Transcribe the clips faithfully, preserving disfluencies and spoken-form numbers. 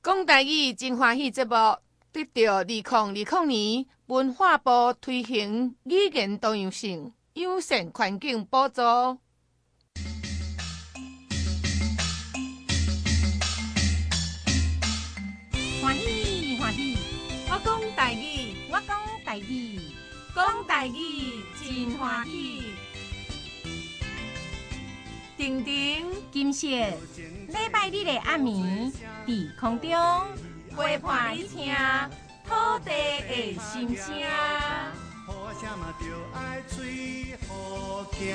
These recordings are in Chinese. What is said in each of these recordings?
讲台语真欢喜节目得到二零二零年文化部推行语言多样性优先环境补助。 欢喜欢喜， 我讲台语， 我讲台语， 讲台语真欢喜。婷婷， 今夕礼拜日的暗暝，伫空中陪伴你听土地的心声。 好声嘛就爱吹好听。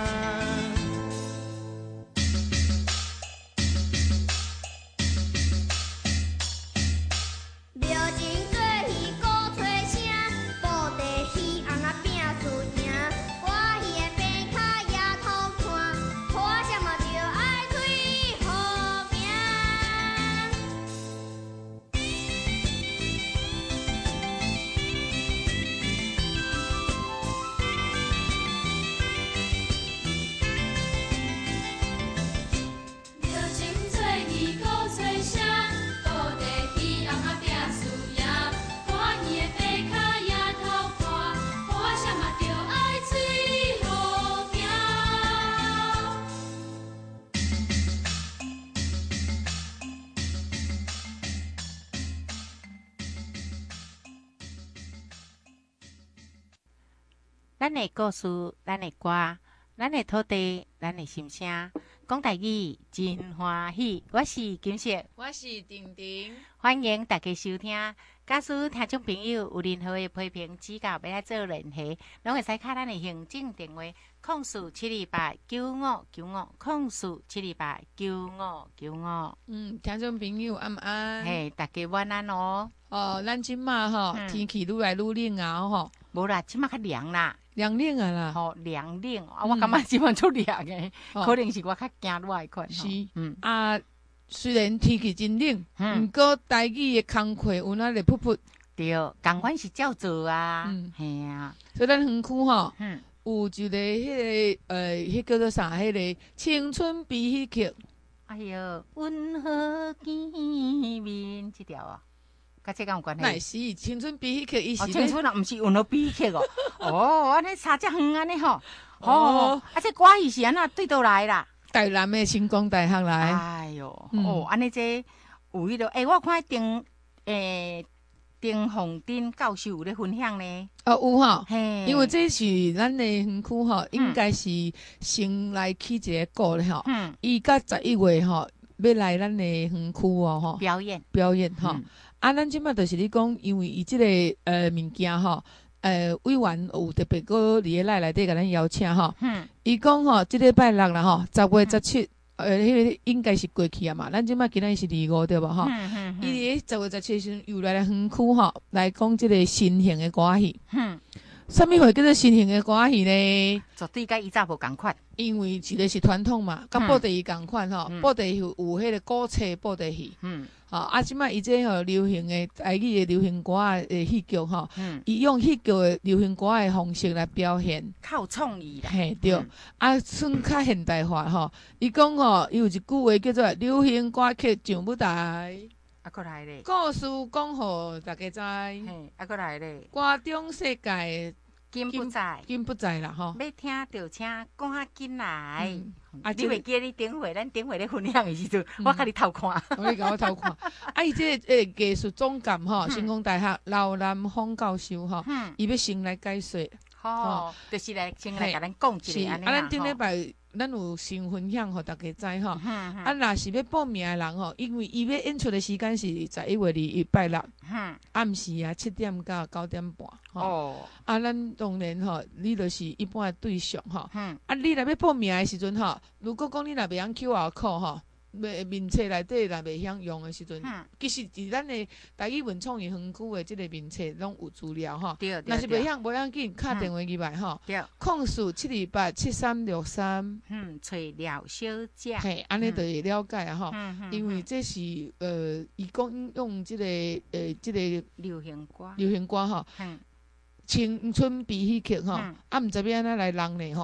咱的故事，咱的歌，咱的土地，咱的心声，讲台语真欢喜。我是金色， 我是婷婷， 欢迎大家收听。假使听众朋友有任何的批评指教，要来做联系，拢会使卡咱的行政电话：零四七二八九五九五，零四七二八九五九五。 嗯，听众朋友安安， 嘿，大家晚安哦。 哦，咱即马吼天气愈来愈冷啊吼。 无啦，即马较凉啦。 凉冷啊啦， 吼、哦、凉冷啊！我感觉即满足凉诶， 哦、 可能是我较惊热款。 是， 嗯啊，虽然天气真冷，毋过台语诶工课有哪会噗噗？ 对，共款是照做啊， 嗯， 嘿啊。 所以咱园区吼， 嗯， 有一个迄、那个呃，迄叫做啥？迄、那个青春悲喜剧。 哎哟，温和见面即条啊。甲这个有关系？ 乃是青春悲喜剧，伊是、 哦、青春啊，毋是温和悲喜剧哦。哦，安尼差遮远安尼吼。哦，啊，这歌戏是安怎对倒来啦？ 台南的成功大学来。 哎哟， 嗯、 哦，安尼这有迄、那个，诶、欸，我看丁诶丁宏斌教授有咧分享呢。 哦，有吼， 嘿， 因为这是咱的园区吼，应该是先来起一个鼓咧吼。嗯。伊甲十一月吼要来咱的园区哦吼。 表演表演吼。嗯啊，咱即摆就是咧讲，因为伊即个呃物件吼，呃委员有特别搁伫个内内底甲咱邀请吼。嗯。伊讲吼，即礼拜六啦吼，十月十七，呃，迄个应该是过去啊嘛。咱即摆今仔是二五对无吼？嗯嗯嗯。伊伫十月十七时又来来园区吼，来讲即个新型的歌戏。嗯。啥物会叫做新型的歌戏呢？ 绝对甲以前无共款。 因为一个是传统嘛，甲布袋戏共款吼，布袋戏有迄个古册布袋戏。嗯。吼、哦、啊！即摆伊这吼流行诶台语诶流行歌诶戏剧吼，伊、嗯、用戏剧诶流行歌诶方式来表现， 靠创意啦。 嘿对，嗯、啊算较现代化吼。伊讲吼，伊有一句话叫做“流行歌曲上舞台”， 啊，过来咧。 故事讲互大家知， 嘿，啊，过来咧。 歌中世界金不在， 金不在啦吼。 要听就请讲较紧来。嗯啊！ 你袂记你顶回，咱顶回咧分享的时阵，嗯、我甲你偷看。 我你甲我偷看。啊！伊这个诶艺术总监吼，成功大学刘南峰教授吼，伊、嗯、要先来解说。 吼、哦，就是来先来甲咱讲一下安尼啊，咱顶礼拜咱有先分享，互大家知吼。嗯嗯、啊，若是要报名的人吼，因为伊要演出的时间是十一月二日拜六，嗯、暗时啊七点到九点半。哦。啊，咱当然吼，你就是一般的对象吼。嗯。啊，你若要报名的时阵吼，如果讲你若袂晓 Q R code 吼。面册内底若袂晓用的时阵，嗯、其实伫咱的台语文创园园区的即个面册拢有资料吼。对对。若是袂晓，无要紧，敲电话入来吼。对。控诉七二八七三六三。嗯，找廖小姐。嘿，安尼就会了解啊吼。嗯嗯。因为这是呃，伊讲用即、這个呃，即、這个流行歌。 流行歌吼。嗯。青春悲喜剧吼，嗯、啊，毋知要安怎来人呢吼。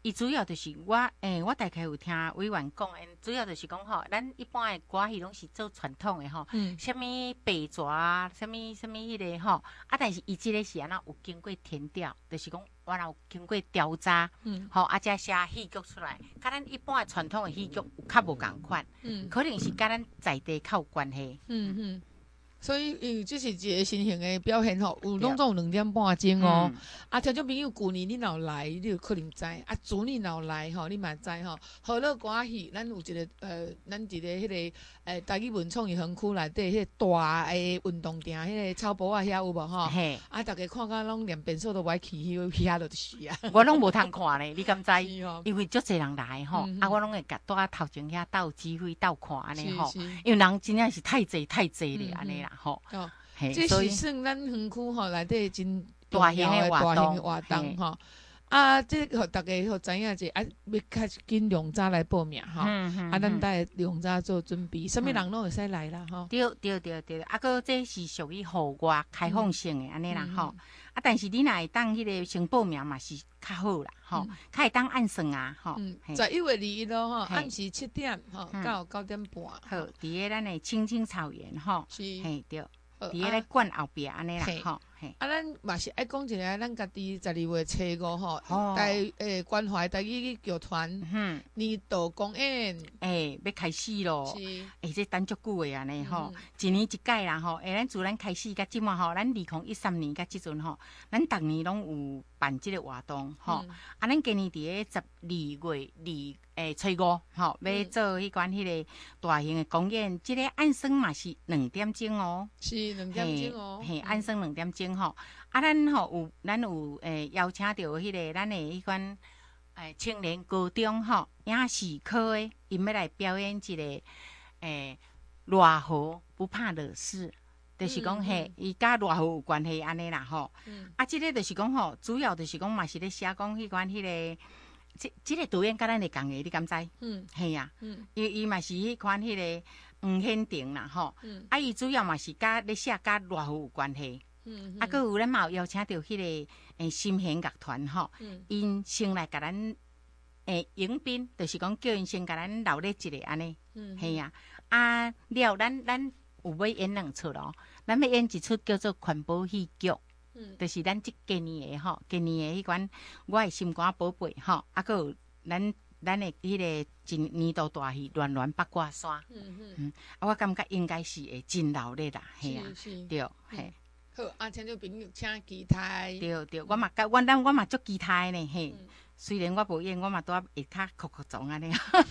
伊主要就是我诶、欸，我大概有听委员讲，诶，主要就是讲吼，咱一般诶歌戏拢是做传统诶吼，嗯，啥物白蛇啊，啥物啥物迄个吼，啊，但是伊即个是安那有经过填调，就是讲我若有经过调查，嗯，吼，啊，才写戏剧出来，甲咱一般诶传统诶戏剧有较无共款，嗯，可能是甲咱在地较有关系，嗯嗯。所以，因为这是一个新型的表现吼，有拢总有两点半钟哦。嗯、啊，听众朋友，旧年你若来，你就可能知；啊，主年若来吼，你嘛知吼。好乐歌戏，咱有一个呃，咱一个迄、那个呃，台语文创意园区内底迄个大诶运动场，迄、那个草坡啊遐有无吼？嘿。啊，逐个看甲拢连变数都无爱去，迄遐就是啊。 我拢无通看咧，你敢知？哦、因为足侪人来吼，嗯、啊，我拢会甲住啊头前遐斗指挥斗看安尼吼，因为人真正是太侪太侪咧安尼啦。吼，哦， 这是算咱园区吼内底真大型的大型的活动吼。啊，这互大家互知影者，啊，要开始紧量早来报名吼。啊，咱待量早做准备，什么人拢会使来啦吼。 对对对对，啊，个这是属于户外开放性的安尼啦吼。啊，但是你若会当迄个先报名嘛是较好啦吼，较会当按算啊吼。 十一月二一咯吼，暗时七点吼到九点半。 好，伫个咱的青青草原吼，是，嘿对。伫个咧馆后壁安尼啦，吼，嘿。 啊，咱嘛是爱讲一下，咱家己十二月初五吼，台诶关怀台语剧团年度公演， 诶，要开始咯。是，诶，这等足久诶安尼吼，一年一届啦吼。诶，咱自咱开始甲即满吼，咱二零一三年甲即阵吼，咱逐年拢有办即个活动吼。啊，咱今年伫个十二月二。诶，初五吼，要做迄款迄个大型诶公演，即、这个按算嘛是两点钟哦， 是两点钟哦， 嘿，按算两点钟吼。啊，咱吼有，咱有诶邀请到迄个咱诶迄款诶青年高中吼，影视科诶，因要来表演一个诶热河不怕惹事，就是讲嘿，伊甲热河有关系安尼啦吼。嗯、啊，即、这个就是讲吼，主要就是讲嘛是咧写讲迄款迄个。即即个导演甲咱会共个，你敢知？嗯，系啊，嗯，伊伊嘛是迄款迄个黄显庭啦，吼，嗯，啊，伊主要嘛是甲咧写甲热河有关系，嗯，啊，佮有咱嘛有邀请到迄个诶新弦乐团吼，嗯，因先来甲咱诶迎宾，就是讲叫因先甲咱留咧一个安尼，嗯，系啊，啊了，咱咱有要演两出咯，咱要演一出叫做环保戏剧。嗯，就是咱即今年的吼，今年的迄款我的心肝宝贝吼，啊，佮有咱咱的迄个一年度大戏《暖暖八卦山》。嗯嗯嗯，啊，我感觉应该是会真热烈啦，嘿啊，对，嘿。 好，啊，听众朋友请期待。 对对，我嘛甲我咱我嘛足期待呢，嘿。虽然我无演，我嘛拄啊会较哭哭状安尼。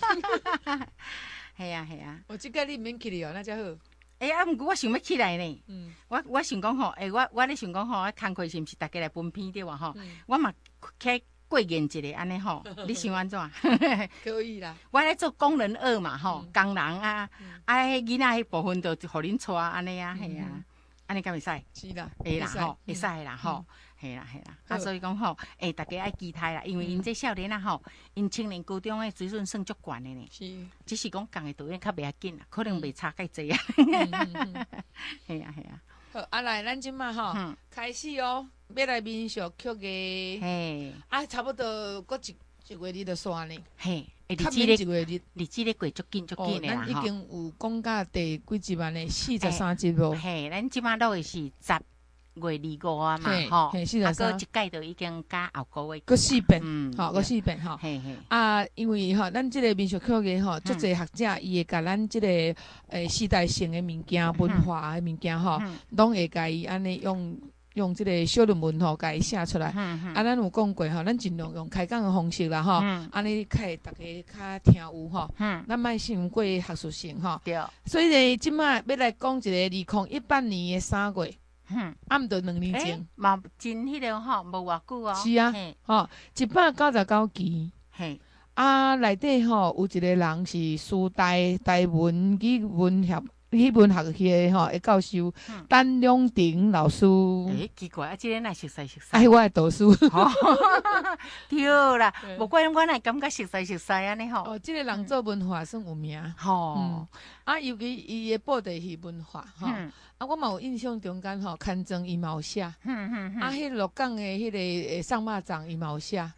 系啊系啊。 我即个你免去哩哦，那才好。 诶、欸、啊，毋过我想要起来呢。嗯，我我想讲吼，诶、欸，我我咧想讲吼，我工课是毋是大家来分片对哇吼？嗯、我嘛起过研一个安尼吼，你想安怎？ 可以啦。 我咧做工人二嘛吼，嗯、工人啊，嗯、啊，迄囡仔迄部分就互恁带安尼啊，系啊，安尼敢会使？ 是啦， 会啦吼，会使啦吼。系啦系啦，啊，所以讲吼，诶，大家爱期待啦，因为因这少年啊吼，因青年高中诶水准算足悬诶呢。是，只是讲共诶导演较袂要紧啦，可能袂差介济啊。系啊系啊。 好，啊来，咱即马吼开始哦，要来民俗曲嘅。嘿，啊，差不多过一一月日就煞呢。 嘿， 日子咧，一月日， 日子咧过足紧足紧诶啦。 咱已经有讲到第几集安尼，四十三集无？ 嘿，咱即马录诶是十。月二五啊嘛，吼，啊，个一届就已经加后个月， 个四遍，吼，个四遍，吼，啊，因为吼，咱即个民俗曲嘅吼，足侪学者伊会甲咱即个诶时代性嘅物件、文化嘅物件吼，拢会甲伊安尼用用即个小论文吼，甲伊写出来。啊，咱有讲过吼，咱尽量用开讲嘅方式啦，吼，安尼较会大家较听有吼，咱莫伤过学术性吼。对。所以咧，即摆要来讲一个二零一八年嘅三月。嗯，啊，毋着两年前， 嘛真迄个吼，无偌久哦。 是啊，吼，一百九十九期。嘿，啊，内底吼有一个人是师大台文语文学语文学系的吼的教授，陈良庭老师。 诶，奇怪，啊，即个哪熟悉熟悉？ 哎，我的导师。 对啦，无怪我哪感觉熟悉熟悉安尼吼。 哦，即个人做文化算有名。吼，啊，尤其伊的布袋戏文化，吼。啊，我嘛有印象中间吼，刊登伊嘛有写，嗯嗯嗯，啊，迄鹿港诶，迄个诶上马掌伊嘛有写，嗯，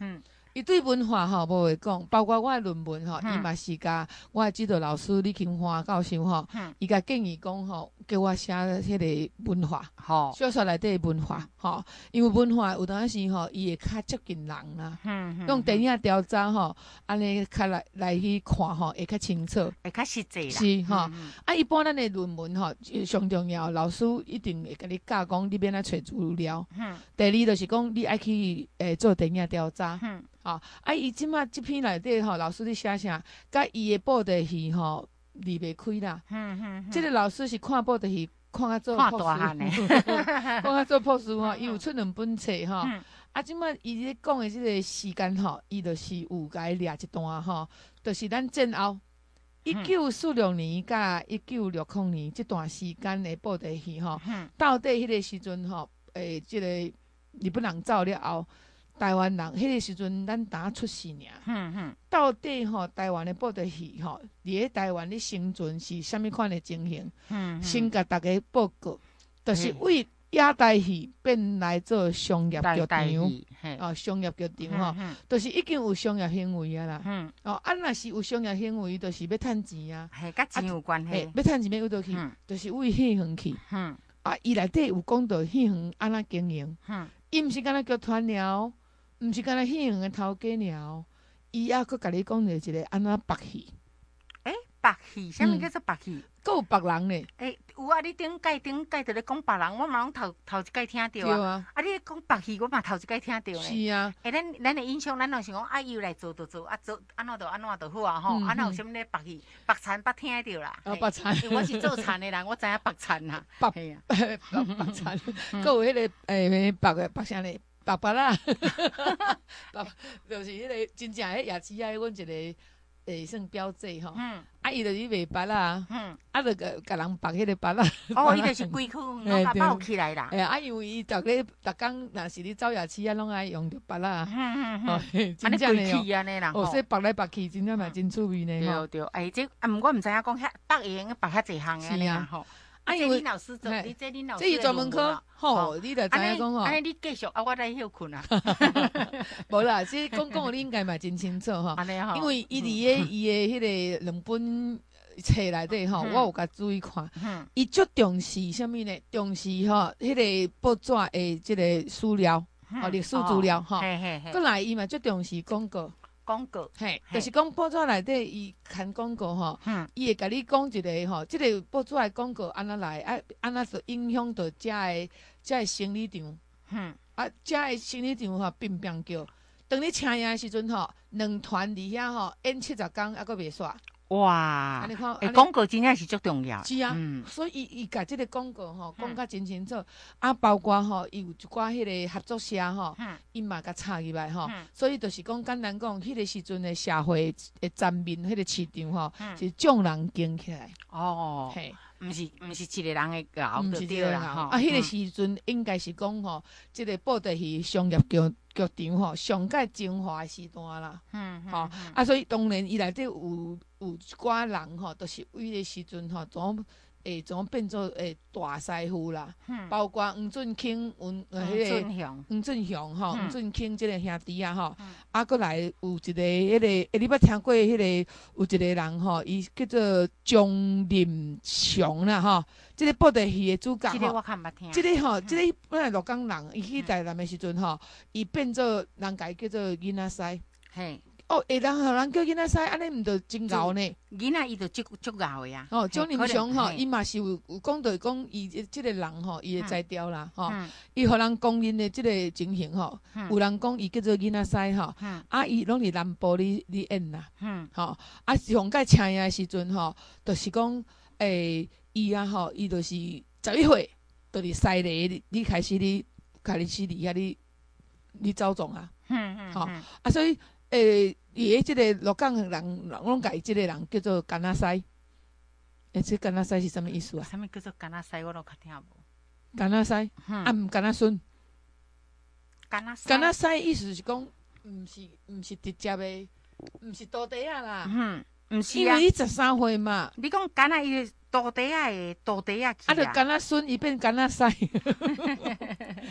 伊对文化吼无会讲，包括我诶论文吼，伊嘛是甲我诶指导老师李金花教授吼，伊甲建议讲吼，叫我写迄个文化， 吼， 小说内底诶文化吼，因为文化有当时吼，伊会较接近人啦，用电影调查吼，安尼较来来去看吼，会较清楚， 会较实际啦， 是吼。啊，一般咱诶论文吼，上重要，老师一定会甲你教讲，你免来找资料。第二就是讲，你爱去诶做电影调查。吼，啊，伊即马即篇内底吼，老师咧写啥，甲伊诶布袋戏吼离袂开啦。嗯嗯，即个老师是看布袋戏看啊做破书，看啊做破书吼，伊有出两本册吼。啊，即马伊咧讲诶即个时间吼，伊就是有甲伊掠一段吼，就是咱战后一九四六年甲一九六零年即段时间诶布袋戏吼，到底迄个时阵吼，诶，即个日本人走了后。台湾人迄个时阵，咱呾出世尔。嗯嗯。到底吼，台湾的布袋戏吼，伫咧台湾咧生存是啥物款的情形？嗯嗯。先甲大家报告，就是为野台戏变来做商业剧场，哦，商业剧场吼，就是已经有商业行为啊啦。嗯。哦，啊，若是有商业行为，就是要趁钱啊。 系，甲钱有关系。 要趁钱要为倒去，就是为戏园去。嗯。啊，伊内底有讲到戏园安怎经营。嗯。伊毋是敢若剧团了。毋是干那戏园诶头家尔，伊还佫甲你讲着一个安怎白戏。 诶，白戏，啥物叫做白戏？ 佫有别人咧。 诶，有啊！你顶届顶届着咧讲别人，我嘛拢头头一届听着啊。 对啊。 啊，你讲白戏，我嘛头一届听着咧。 是啊。 诶，咱咱诶印象，咱拢是讲啊，伊来做就做，啊做安怎着安怎着好啊吼。啊，哪有啥物咧白戏？白田捌听着啦。 哦，白田。 我是做田诶人，我知影白田啦。 白系啊。白田，佫有迄个诶白诶白啥咧？白白啦，白就是迄个真正迄夜市啊，阮一个诶算标志吼。嗯。啊，伊就是卖白啦。嗯。啊，就甲甲人白迄个白啦。 哦，伊就是规区拢甲包起来啦。 哎啊，因为伊逐个逐工若是咧走夜市啊，拢爱用着白啦。嗯嗯嗯。 安尼规气安尼啦。 哦，说白来白去，真正嘛真趣味呢。 对对，哎，这啊，毋过毋知影讲遐白用白遐济项诶啊吼。啊，因为老师做，你这恁老师， 这是专门科，吼，你著知影讲吼。 安尼你继续，啊，我来休困啊。 无啦，这讲讲你应该嘛真清楚吼。安尼吼。因为伊伫诶伊诶迄个两本册内底吼，我有甲注意看。嗯。伊足重视啥物呢？重视吼，迄个报纸诶，即个资料，吼，历史资料吼。嘿嘿嘿。过来伊嘛足重视广告。 广告， 嘿，就是讲报纸内底伊刊广告吼，伊会甲你讲一个吼，即个报纸的广告安怎来，啊，安怎就影响到遮个遮个生理场，嗯，啊，遮个生理场吼并并叫，当你请宴的时阵吼，两团伫遐吼演七十工，还佫袂煞。 哇！诶，广告真正是足重要。 是啊，所以伊伊甲即个广告吼讲甲真清楚，啊，包括吼伊有一寡迄个合作社吼，伊嘛甲插入来吼，所以就是讲简单讲，迄个时阵的社会的层面，迄个市场吼是众人经起来。哦，嘿。 毋是毋是一个人诶搞， 毋是一个人吼。啊，迄个时阵应该是讲吼，即个布袋戏商业剧剧场吼，上界精华诶时段啦。嗯，吼啊，所以当然伊内底有有一寡人吼，都是为迄个时阵吼，总诶总变做诶大师傅啦。嗯，包括黄俊卿、黄迄个黄俊雄吼，黄俊卿即个兄弟啊吼，啊，过来有一个迄个，诶，你捌听过迄个有一个人吼，伊叫做钟林雄啦吼，即个布袋戏的主角吼。 即个我看捌听。 即个吼，即个本来鹿港人，伊去台南的时阵吼，伊变做人家叫做囡仔婿。嘿。哦，会人互人叫囡仔婿，安尼毋着真牛呢？ 囡仔伊着足足牛的啊！ 哦，钟林雄吼，伊嘛是有有讲到讲伊即个人吼，伊的才调啦，吼，伊互人公认的即个情形吼，有人讲伊叫做囡仔婿吼，啊，伊拢伫南部咧咧演啦，吼，啊，上届请伊的时阵吼，就是讲诶，伊啊吼，伊就是十一岁，就伫西里你开始咧开始伫遐咧咧走总啊，吼，啊，所以。诶，伊诶，即个鹿港人，人拢甲伊即个人叫做干仔婿。诶，即干仔婿是啥物意思啊？ 啥物叫做干仔婿？我都较听无。 干仔婿，啊，毋干仔孙。 干仔婿。 干仔婿意思是讲，毋是毋是直接诶，毋是徒弟啊啦。嗯， 毋是啊。因为伊十三岁嘛。 你讲干仔伊徒弟啊诶，徒弟啊去啊。 啊，就干仔孙伊变干仔婿。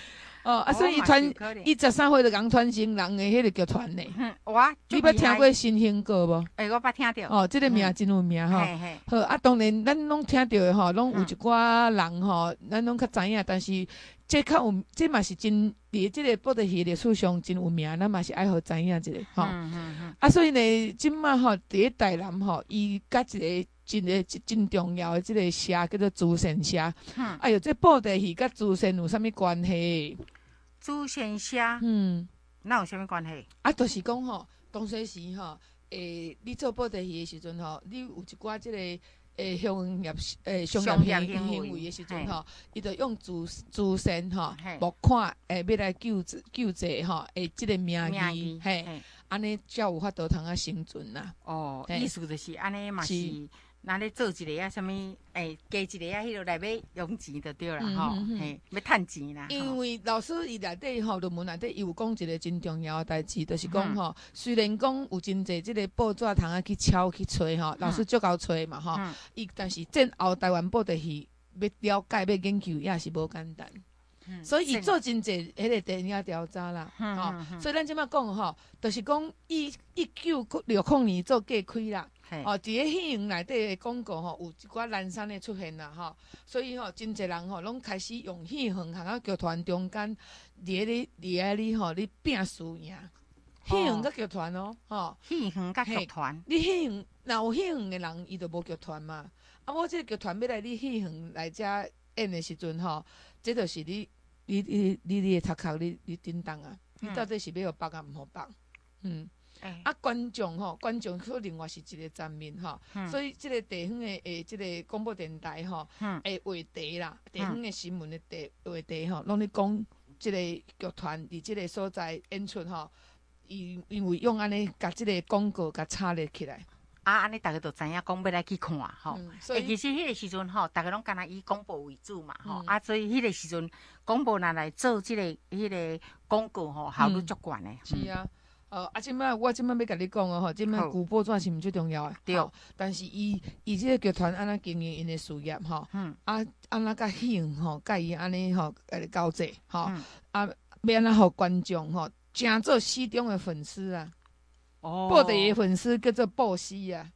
哦，啊，所以伊传伊十三岁就讲传承人的迄个剧团呢。 嗯，我你捌听过新兴歌无？ 诶，我捌听着。 哦，即个名真有名吼。好啊，当然咱拢听着的吼，拢有一寡人吼，咱拢较知影，但是这较有，这嘛是真伫即个布袋戏历史上真有名，咱嘛是爱好知影一个吼。嗯嗯嗯。啊，所以呢，即马吼，伫咧台南吼，伊甲一个。真个真重要的即个社叫做朱仙社。嗯、哎哟，这布袋戏甲朱仙有啥物关系？ 朱仙社， 嗯， 那有啥物关系？ 啊，就是讲吼，当时时吼，诶，你做布袋戏的时阵吼，你有一寡即、这个诶商业诶商业行行为的时阵吼，伊就用朱朱仙吼，木款诶要来救救济吼，诶，即个名义，嘿，安尼才有法度通啊生存啦。 哦，意思就是安尼嘛是。那咧做一个啊，什物诶，加一个啊，迄落来要用钱就对啦，吼、嗯，嘿，要趁钱啦。 因为老师伊内底吼，论文内底伊有讲一个真重要诶代志，就是讲吼，嗯、虽然讲有真侪即个报纸通啊去抄去找吼，老师足够找嘛吼，伊、嗯、但是战后台湾布袋戏要了解要研究也是无简单。嗯、所以伊做真侪迄个电影调查啦，吼、嗯嗯嗯，所以咱即摆讲吼，就是讲伊一九六零年做架开啦。哦，伫咧戏院内底的广告吼，有一寡蓝山的出现啦，吼，所以吼，真侪人吼，拢开始用戏园和啊剧团中间，伫咧伫咧咧吼，咧拼输赢。戏园甲剧团哦，吼， 戏园甲剧团， 你戏园若有戏园的人，伊就无剧团嘛。啊，我即个剧团要来你戏园来遮演的时阵吼，这就是你你你你你的头壳你你叮当啊，你到底是要互放啊，毋好放，嗯。欸、啊，观众吼，观众可另外是一个层面吼，嗯、所以即个地方的诶，即、这个广播电台吼，诶话题啦，地方的新闻的地话题吼，拢咧讲即个剧团伫即个所在演出吼，因因为用安尼甲即个广告甲插咧起来。 啊，安尼大家就知影讲要来去看吼。嗯、所以其实迄个时阵吼，大家拢干那以广播为主嘛吼，嗯、啊，所以迄个时阵广播拿来做即、這个迄、那个广告吼，效率足悬的。 嗯、是啊。呃，啊，即摆我即摆要甲你讲哦，吼，即摆古报纸是毋最重要诶，对。但是伊伊即个剧团安怎经营因诶事业吼，嗯，啊，安怎甲戏院吼，甲伊安尼吼，来交际吼，嗯、啊，要安怎互观众吼，诚做始终诶粉丝啊。哦。布袋戏粉丝叫做布西啊。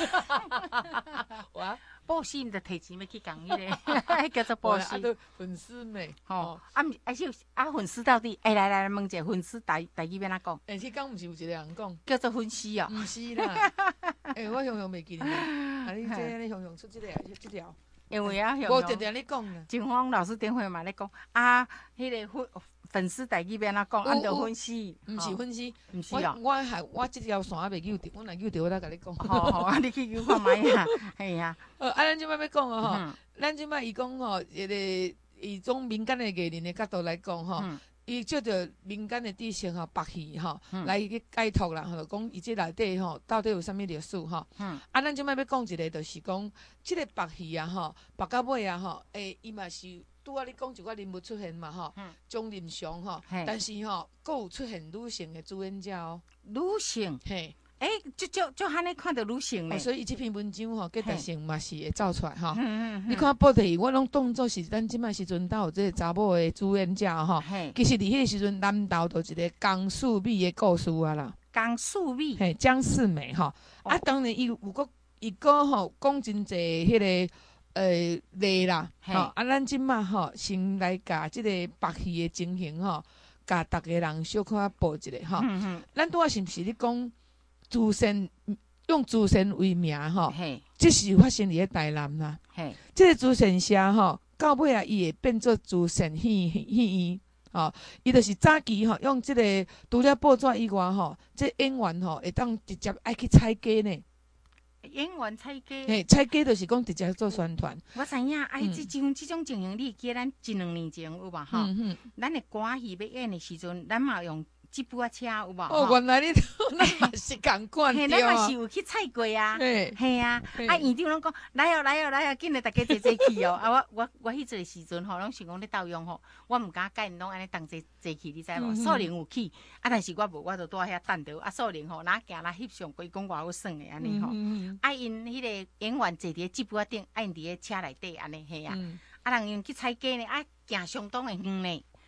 哇！布西毋着摕钱要去讲迄个，叫做布西。 啊，都粉丝妹。 吼，啊，毋啊是啊，粉丝到底？哎，来来来，问者粉丝台台语要哪讲？ 哎，迄讲毋是有一个人讲， 叫做粉丝哦。 毋是啦。哎，我常常袂记哩。啊，你这你常常出即个即条。因为啊， 无直直咧讲啊。 金芳老师电话嘛咧讲啊，迄个粉粉丝台语要哪讲？按着粉丝， 毋是粉丝， 毋是哦。 我还我即条线还袂记得，我若记得我再甲你讲。 好好啊，你去求看卖啊，系啊。 呃，啊，咱即摆要讲哦吼，咱即摆伊讲吼，迄个以种民间的艺人的角度来讲吼。伊借着民间的知识吼，白戏吼，嗯、来去解读啦，吼，讲伊这内底吼，到底有啥物历史吼？嗯、啊，咱即摆要讲一个，就是讲，即、這个白戏啊，吼，白到尾啊，吼，诶，伊嘛是拄仔你讲一寡人物出现嘛，吼，钟仁祥吼，但是吼，佫有出现女性的主演者哦， 女性， 嘿。 诶，就就就安尼看到女性咧、 哦，所以伊即篇文章吼，佮特性嘛是会走出来吼。你看布袋戏，我拢当作是咱即摆时阵，斗有即个查某的主演者吼。其實伫迄个时阵，南投就一个江素美的故事啊啦。 江素美， 嘿，江世美吼。哦、啊，当然伊有个伊个吼讲真济迄个呃例啦。吼，啊，咱即摆吼先来甲即个白戏的情形吼，甲逐个人小可报一下吼。嗯嗯。咱拄仔是毋是咧讲？朱仙用朱仙为名吼，这是发生伫咧台南啦。这个朱仙社吼，到尾啊，伊会变做朱仙戏戏院吼。伊就是早期吼，用这个除了报纸以外吼，这演员吼会当直接爱去采价呢。 演员采价， 嘿，采价就是讲直接做宣传。 我知影，哎，即种即种情形，你记咱一两年前有吧？吼，咱的歌戏要演的时阵，咱嘛用。吉普啊车有无？ 哦，原来你咱嘛是共款对啊。嘿，咱嘛是有去采过啊。嘿，嘿啊，啊院长拢讲来哦来哦来哦，紧来大家坐坐去哦。啊，我我我迄阵时阵吼，拢想讲咧斗用吼，我毋敢甲因拢安尼同齐坐去，你知无？素玲有去，啊，但是我无，我就住遐等着。啊，素玲吼，哪行哪翕相，规讲偌好耍的安尼吼。啊，因迄个演员坐伫咧吉普啊顶，啊因伫咧车内底安尼嘿啊。啊，人用去采价呢，啊行相当的远呢。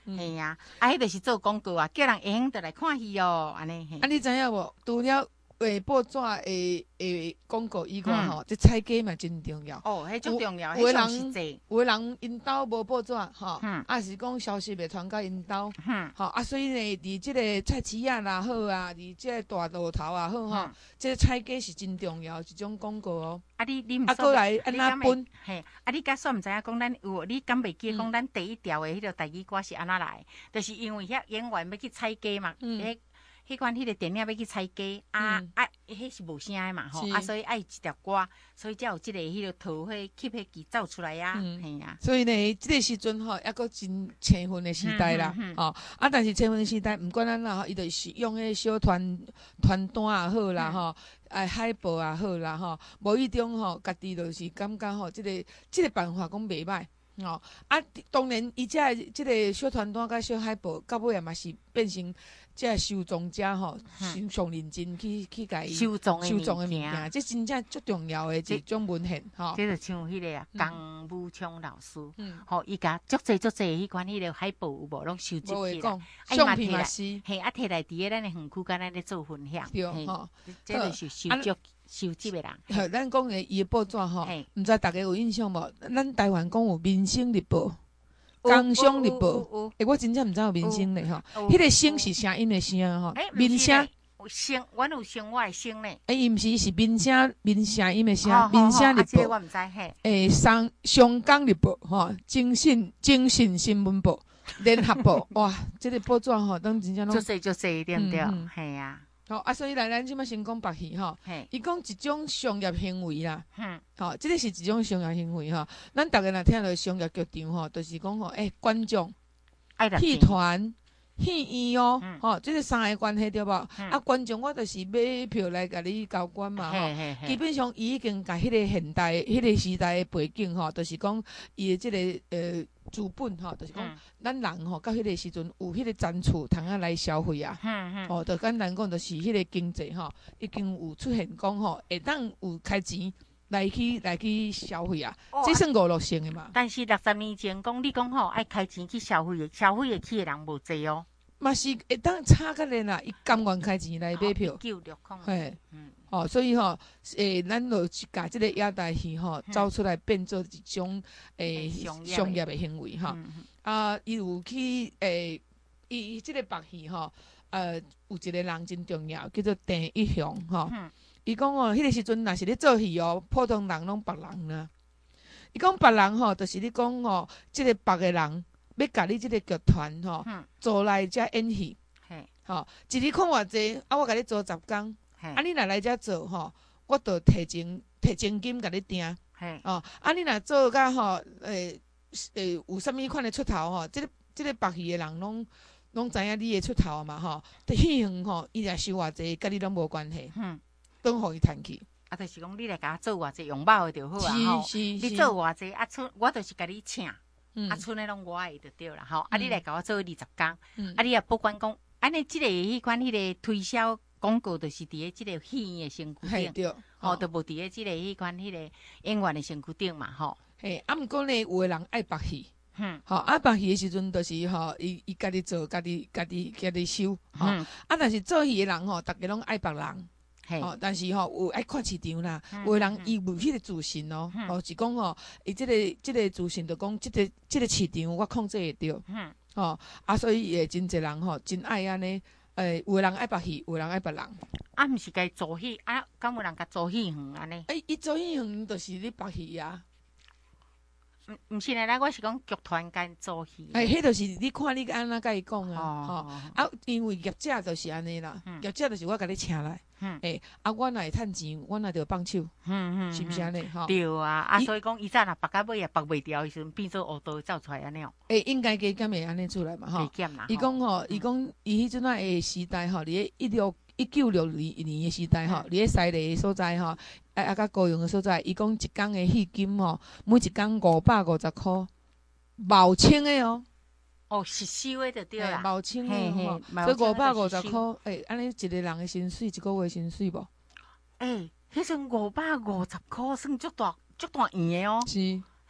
嘿呀，啊，迄就是做广告啊，叫人会晓来看戏哦，安尼。 啊，你知影无？除了诶报纸诶诶广告以外吼，这采价嘛真重要。 哦，迄足重要， 有迄上实际。 有诶人因兜无报纸吼，啊是讲消息袂传到因兜，吼啊，所以呢，伫即个菜市啊也好啊，伫即个大路头也好吼，即个采价是真重要一种广告哦。 啊，你你毋啊，过来安怎分？ 嘿，啊，你敢煞毋知影讲咱有？你敢袂记讲咱第一条诶迄个台语歌是安怎来？就是因为遐演员要去采价嘛，迄迄款迄个电影要去采价，啊啊，迄是无声诶嘛吼，啊，所以爱一条歌，所以才有即个迄个桃花吸迄机走出来啊，嘿啊。 所以呢，即个时阵吼，抑阁真青春诶时代啦，吼啊，但是青春时代，毋管咱啦吼，伊就是用迄小团团单也好啦吼。哎，海报也好啦吼，无意中吼，家己就是感觉吼，即个即个办法讲袂歹吼。啊，当然，伊遮即个小传单甲小海报，到尾也嘛是变成即个收藏者吼，上上认真去去甲伊收藏收藏诶物件，这真正足重要诶一种文献吼。 即就像迄个啊，江武昌老师，吼，伊甲足济足济迄款迄个海报有无拢收集起来， 相片嘛是， 嘿，啊，摕来伫咧咱诶园区，甲咱咧做分享， 对吼， 这就是收集。收集的人， 好，咱讲诶，伊诶报纸吼，毋知大家有印象无？咱台湾讲有《民生日报》、《工商日报》，诶，我真正毋知有民生咧吼。迄个声是声音诶声吼，民生声，阮有声我诶声咧。 诶，伊毋是是民声民声音诶声，民生日报。 我毋知嘿。 诶，商商港日报吼，精神精神新闻报、联合报，哇，即个报纸吼，当真正拢。 足细足细对毋对？系啊。 好啊，所以来咱即摆先讲白戏吼，伊讲一种商业行为啦，吼，即个是一种商业行为吼。咱逐个若听到商业剧场吼，就是讲吼，诶，观众、戏团、戏院哦，吼，即个三个关系对无？啊，观众我就是买票来甲你交关嘛，吼，基本上伊已经甲迄个现代、迄个时代诶背景吼，就是讲伊诶即个呃。资本吼，就是讲，咱人吼，到迄个时阵有迄个zan厝通啊来消费啊，吼，就简单讲，就是迄个经济吼，已经有出现讲吼，会当有开钱来去来去消费啊，这算娱乐性的嘛。 但是六十年前讲，你讲吼爱开钱去消费的，消费的去的人无济哦。 嘛是会当差个咧啦，伊甘愿开钱来买票， 九六空， 嘿，嗯。哦，所以吼，诶，咱就甲即个亚代戏吼走出来，变做一种诶商业诶行为吼。啊，伊有去诶，伊伊即个白戏吼，呃，有一个人真重要，叫做郑一雄吼。伊讲哦，迄个时阵若是咧做戏哦，普通人拢别人啦。伊讲别人吼，就是你讲哦，即个别个人要甲你即个剧团吼做来遮演戏，吼，一日看偌济，啊，我甲你做十工。啊，你若来遮做吼，我著提前提前金甲你订，哦，啊，你若做甲吼，诶诶，有啥物款的出头吼，即个即个白戏的人拢拢知影你的出头嘛吼，伫戏园吼，伊若收偌济，甲你拢无关系，当互伊趁去。 啊，就是讲你来甲我做偌济用饱的就好啊吼，你做偌济啊，剩我就是甲你请，啊，剩的拢我的就对啦吼，啊，你来甲我做二十工，啊，你也不管讲，安尼即个迄款迄个推销。广告就是伫咧即个戏院的身躯顶，吼，都无伫咧即个迄款迄个演员的身躯顶嘛，吼。 嘿，啊，毋过呢，有诶人爱拍戏，嗯，吼，啊，拍戏诶时阵，就是吼，伊伊家己做，家己家己家己收，吼。啊，但是做戏诶人吼，逐个拢爱别人，吼，但是吼有爱看市场啦，有诶人伊有迄个自信哦，吼，是讲吼，伊即个即个自信，就讲即个即个市场我控制会着，吼，啊，所以也真侪人吼，真爱安尼。诶，有人爱拍戏，有人爱别人。 啊，毋是该做戏啊？敢有人甲做戏园安尼？ 诶，伊做戏园就是咧拍戏啊。 毋毋是咧，我是讲剧团间做戏。 诶，迄就是你看你安怎甲伊讲啊？吼啊，因为业者就是安尼啦，业者就是我甲你请来。诶，啊，我若会趁钱，我若着放手。嗯嗯，是毋是安尼？吼， 对啊，啊，所以讲伊早若拔到尾也拔袂掉，时阵变做乌刀走出来安尼哦。 诶，应该加减会安尼出来嘛？吼，伊讲吼，伊讲伊迄阵仔诶时代吼，伫咧一六一九六二年诶时代吼，伫咧西丽诶所在吼，啊啊，甲高雄诶所在，伊讲一工诶戏金吼，每一工五百五十箍，毛清诶哦。 哦，是收的就对啦， 毛清诶吼，所以五百五十箍，诶，安尼一个人诶薪水，一个月薪水无？ 诶，迄阵五百五十箍算足大足大圆诶哦。 是，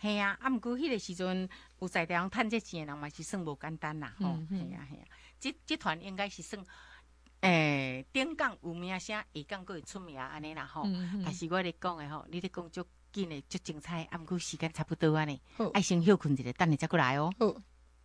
嘿啊，啊，毋过迄个时阵有在地方趁这钱的人嘛是算无简单啦，吼，嘿啊嘿啊，即即团应该是算。诶，顶港有名声，下港佫会出名安尼啦吼。但是我咧讲诶吼，你咧讲足紧诶，足精彩，啊，毋过时间差不多安尼，爱先休困一下，等下再过来哦。好。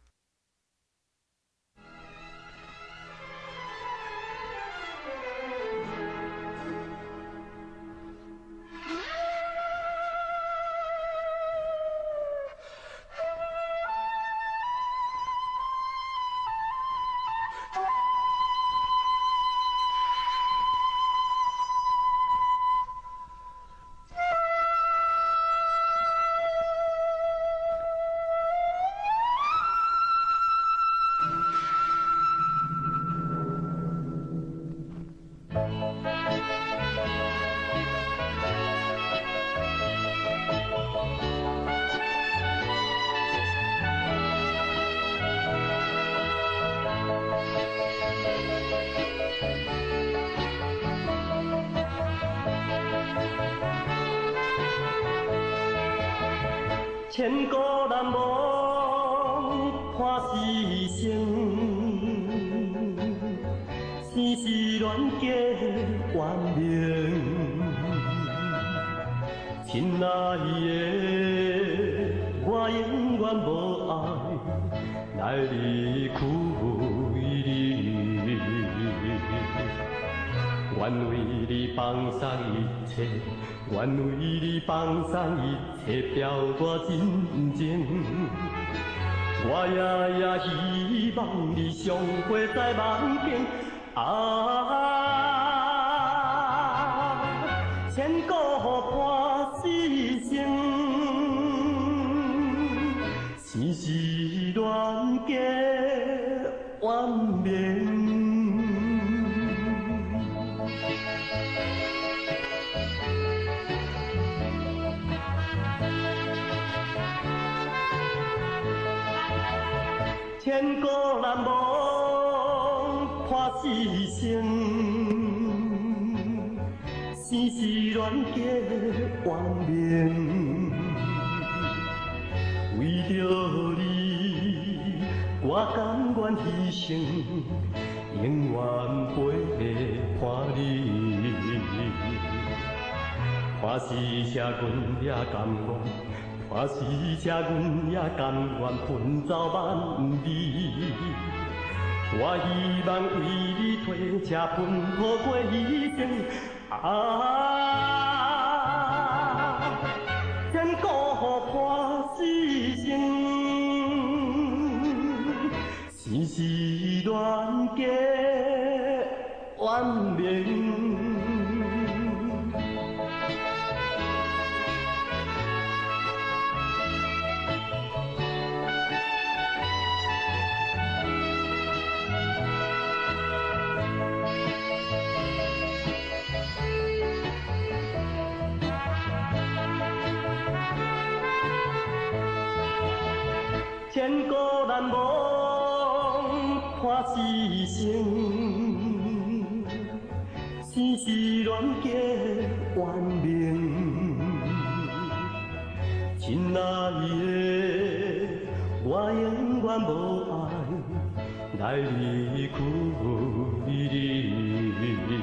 千古难忘看世情，生死恋结怨命。亲爱的，我永远无爱来离开你，愿为你放松一切。愿为你放松一切，表我真情。我夜夜希望你常活在梦境。啊，千古破世情，生死恋结怨命。千古难忘破世情，生死恋结怨命。为着你，我甘愿牺牲，永远陪伴你。看是车，阮也甘愿。看是这，阮也甘愿奔走万里。我希望为你推车奔波过一生。啊，千古破世情，生死恋结怨命。千古难忘看世情，生死恋结怨命。亲爱的，我永远无爱来离开你，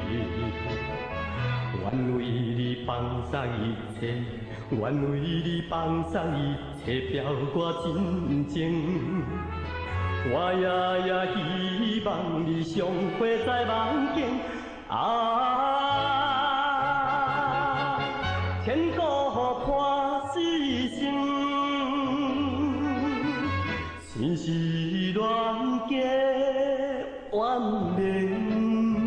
愿为你放松一切。愿为你放松一切，表我真情。我夜夜希望你常活在梦境。啊，千古破世情，生死恋结怨命。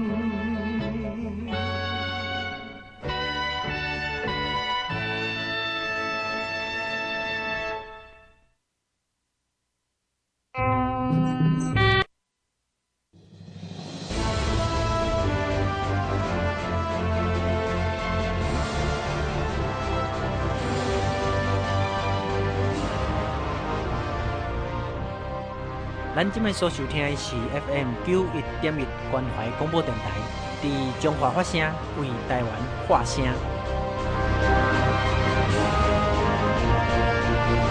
咱今摆所收听的是 F M 九一点一关怀广播电台，伫中华发声为台湾发声。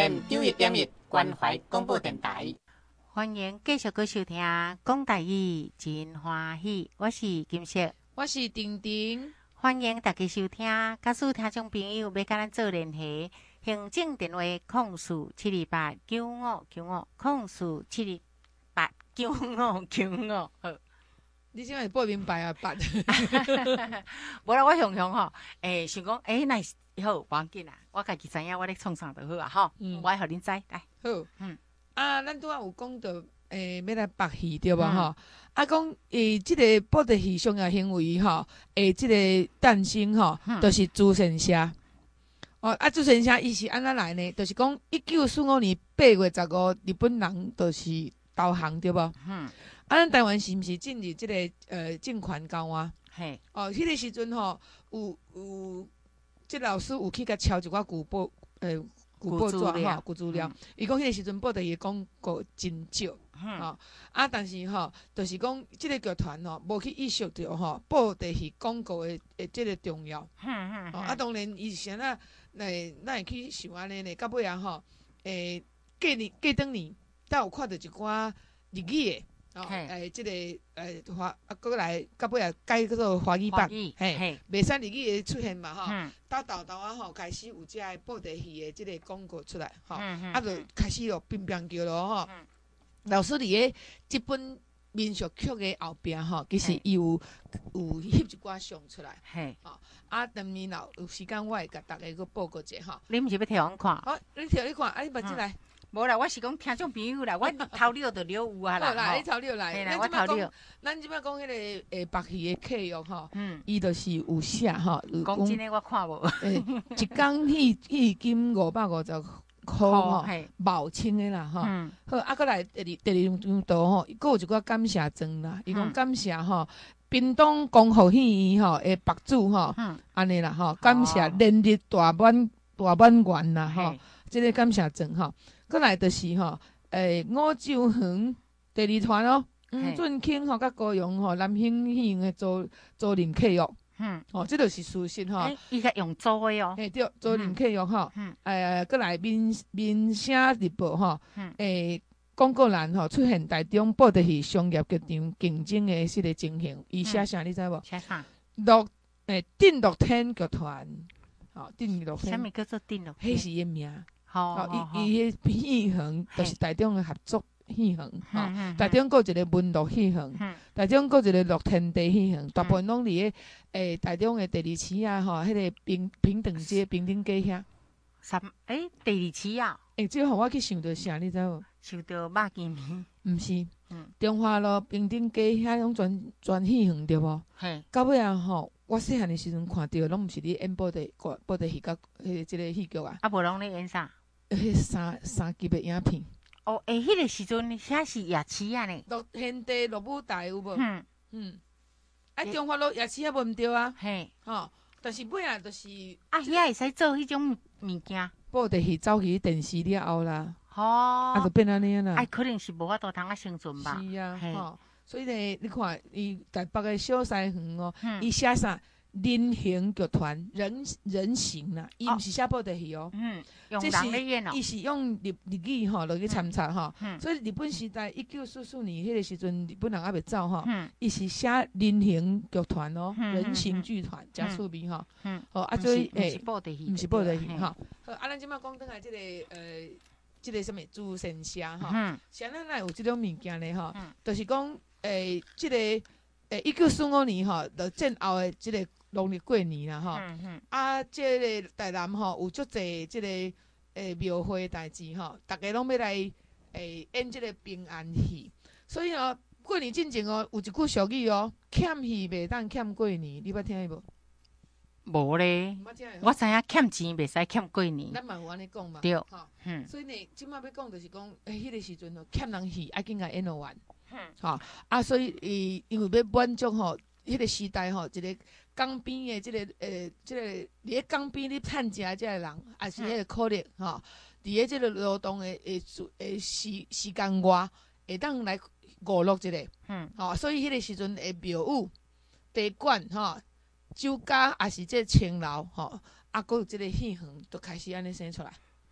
M 九一点一关怀广播电台。 欢迎继续收听讲台语真欢喜，我是金色， 我是婷婷。 欢迎大家收听，假使听众朋友要跟咱做联系，行政电话零四七二八九五九五零四七二八九五九五。好， 你现在不明白啊？八， 无啦，我想想吼，诶、欸，想讲，诶、欸，那好，无要紧啦，我家己知影我咧创啥就好啊，吼、嗯，我互恁知，来， 好，嗯，啊，咱拄仔有讲到，诶、欸，要来拔戏对无吼？嗯、啊，讲诶，即、这个布袋戏商业行为吼，诶，即个诞生吼，嗯、就是朱先社。哦，啊，朱先社伊是安怎来呢？就是讲一九四五年八月十五，日本人就是投降对无？嗯。啊，咱台湾是毋是进入即、这个呃政权交换？嘿。哦，迄、那个时阵吼，有有，即老师有去甲抄一寡古报，诶、呃，古报纸吼，古资料。伊讲迄个时阵报的伊广告真少。嗯。哦，啊，但是吼，就是讲即个剧团吼，无去意识到吼，报的是广告的诶，即个重要。嗯嗯。哦，啊，当然以前啊。来，咱会去想安尼呢？到尾啊吼，诶，过年过当年，才有看到一寡日语的，哦，诶，即、這个诶华啊，过来到尾啊改叫做华语版，嘿，袂使日语的出现嘛吼，到豆豆啊吼，开始有遮个布袋戏的即个广告出来，吼、嗯嗯，啊，就开始咯，乒乒叫咯吼。嗯、老师伫个即本民俗剧的后壁吼，其实伊有有翕一寡相出来，嘿，吼。啊，当年若有时间，我会甲大家去报告者吼。 你毋是要摕阮看？ 好，你摕你看，啊，你目睭来。 无啦，我是讲听众朋友啦，我头了就了有啊啦。 好啦，你头了来。 嘿啦，我头了。 咱即摆讲迄个诶白戏的契约吼，嗯，伊就是有写吼。 讲真诶，我看无。 诶，一工戏戏金五百五十箍吼，毛清诶啦吼。嗯。好，啊，搁来第二第二张图吼，佫有一寡感谢状啦，伊讲感谢吼。屏东光复戏院吼，诶，白主吼，安尼啦吼，感谢连日大满大满员啦吼，即个感谢状吼，过来就是吼，诶，五洲园第二团哦，黄俊卿吼甲高雄吼，南兴戏院诶租租赁契约，嗯，哦，即就是事实吼， 伊甲用租诶哦， 诶对，租赁契约吼，诶，过来民民生日报吼，诶。广告栏吼出现台中布袋戏商业剧场竞争的迄个情形，伊写啥你知无？ 写啥？ 乐诶，定乐天剧团，吼，定乐天。 啥物叫做定乐？ 迄是伊名。 好， 哦，伊伊迄戏园就是台中的合作戏园，吼。台中阁一个文乐戏园，台中阁一个乐天地戏园，大部分拢伫个诶台中的第二市啊，吼，迄个平平等街、平等街遐。 三诶，第二市啊？ 诶，即个互我去想到啥，你知无？ 想到肉羹面， 毋是，嗯、中华路平顶街遐种专专戏园对无？嘿，到尾啊吼，我细汉的时阵看到，拢毋是咧演布袋布袋戏甲迄即个戏剧啊。 啊，无拢咧演啥？ 迄三三级的影片。 哦，诶，迄、那个时阵，遐是夜市啊呢。 乐天地乐舞台有无？嗯嗯。啊，中华路夜市也无毋对啊。嘿，吼，但是尾啊，就是啊，遐会使做迄种物件。 布袋戏走去电视了后啦。 哦， 啊，就变安尼啦。 哎，可能是无法度通啊生存吧。 是啊，吼，所以呢，你看，伊台北的小西园哦，伊写啥人形剧团，人人形啦，伊毋是写布袋戏哦。嗯， 用人咧演哦。 伊是用日日语吼落去参插吼。嗯。所以日本时代一九四四年迄个时阵，日本人还未走吼。嗯。伊是写人形剧团哦，人形剧团，真趣味吼。嗯。哦，啊，所以诶， 毋是布袋戏， 毋是布袋戏吼。好，啊，咱即摆讲倒来即个呃。即个什么朱先社吼，啥咱来有即种物件咧吼，就是讲诶，即个诶一九四五年吼，就战后诶即个农历过年啦吼，啊，即个台南吼有足侪即个诶庙会代志吼，逐家拢要来诶演即个平安戏，所以哦，过年进前哦有一句俗语哦，欠戏袂当欠过年，你捌听无？ 无咧，我知影欠钱袂使欠过年。 咱嘛有安尼讲嘛， 对， 嗯，所以呢，即摆要讲就是讲，诶，迄个时阵吼，欠人戏爱紧甲演完，嗯，吼，啊，所以伊因为要满足吼，迄个时代吼，一个江边的即个诶，即个伫咧江边咧趁食即个人，也是迄个可怜吼，伫咧即个劳动诶诶诶时时间外，会当来娱乐一个，嗯，吼，所以迄个时阵诶庙宇、茶馆吼。酒家也是即个青楼吼，啊，佫有即个戏园，都开始安尼生出来。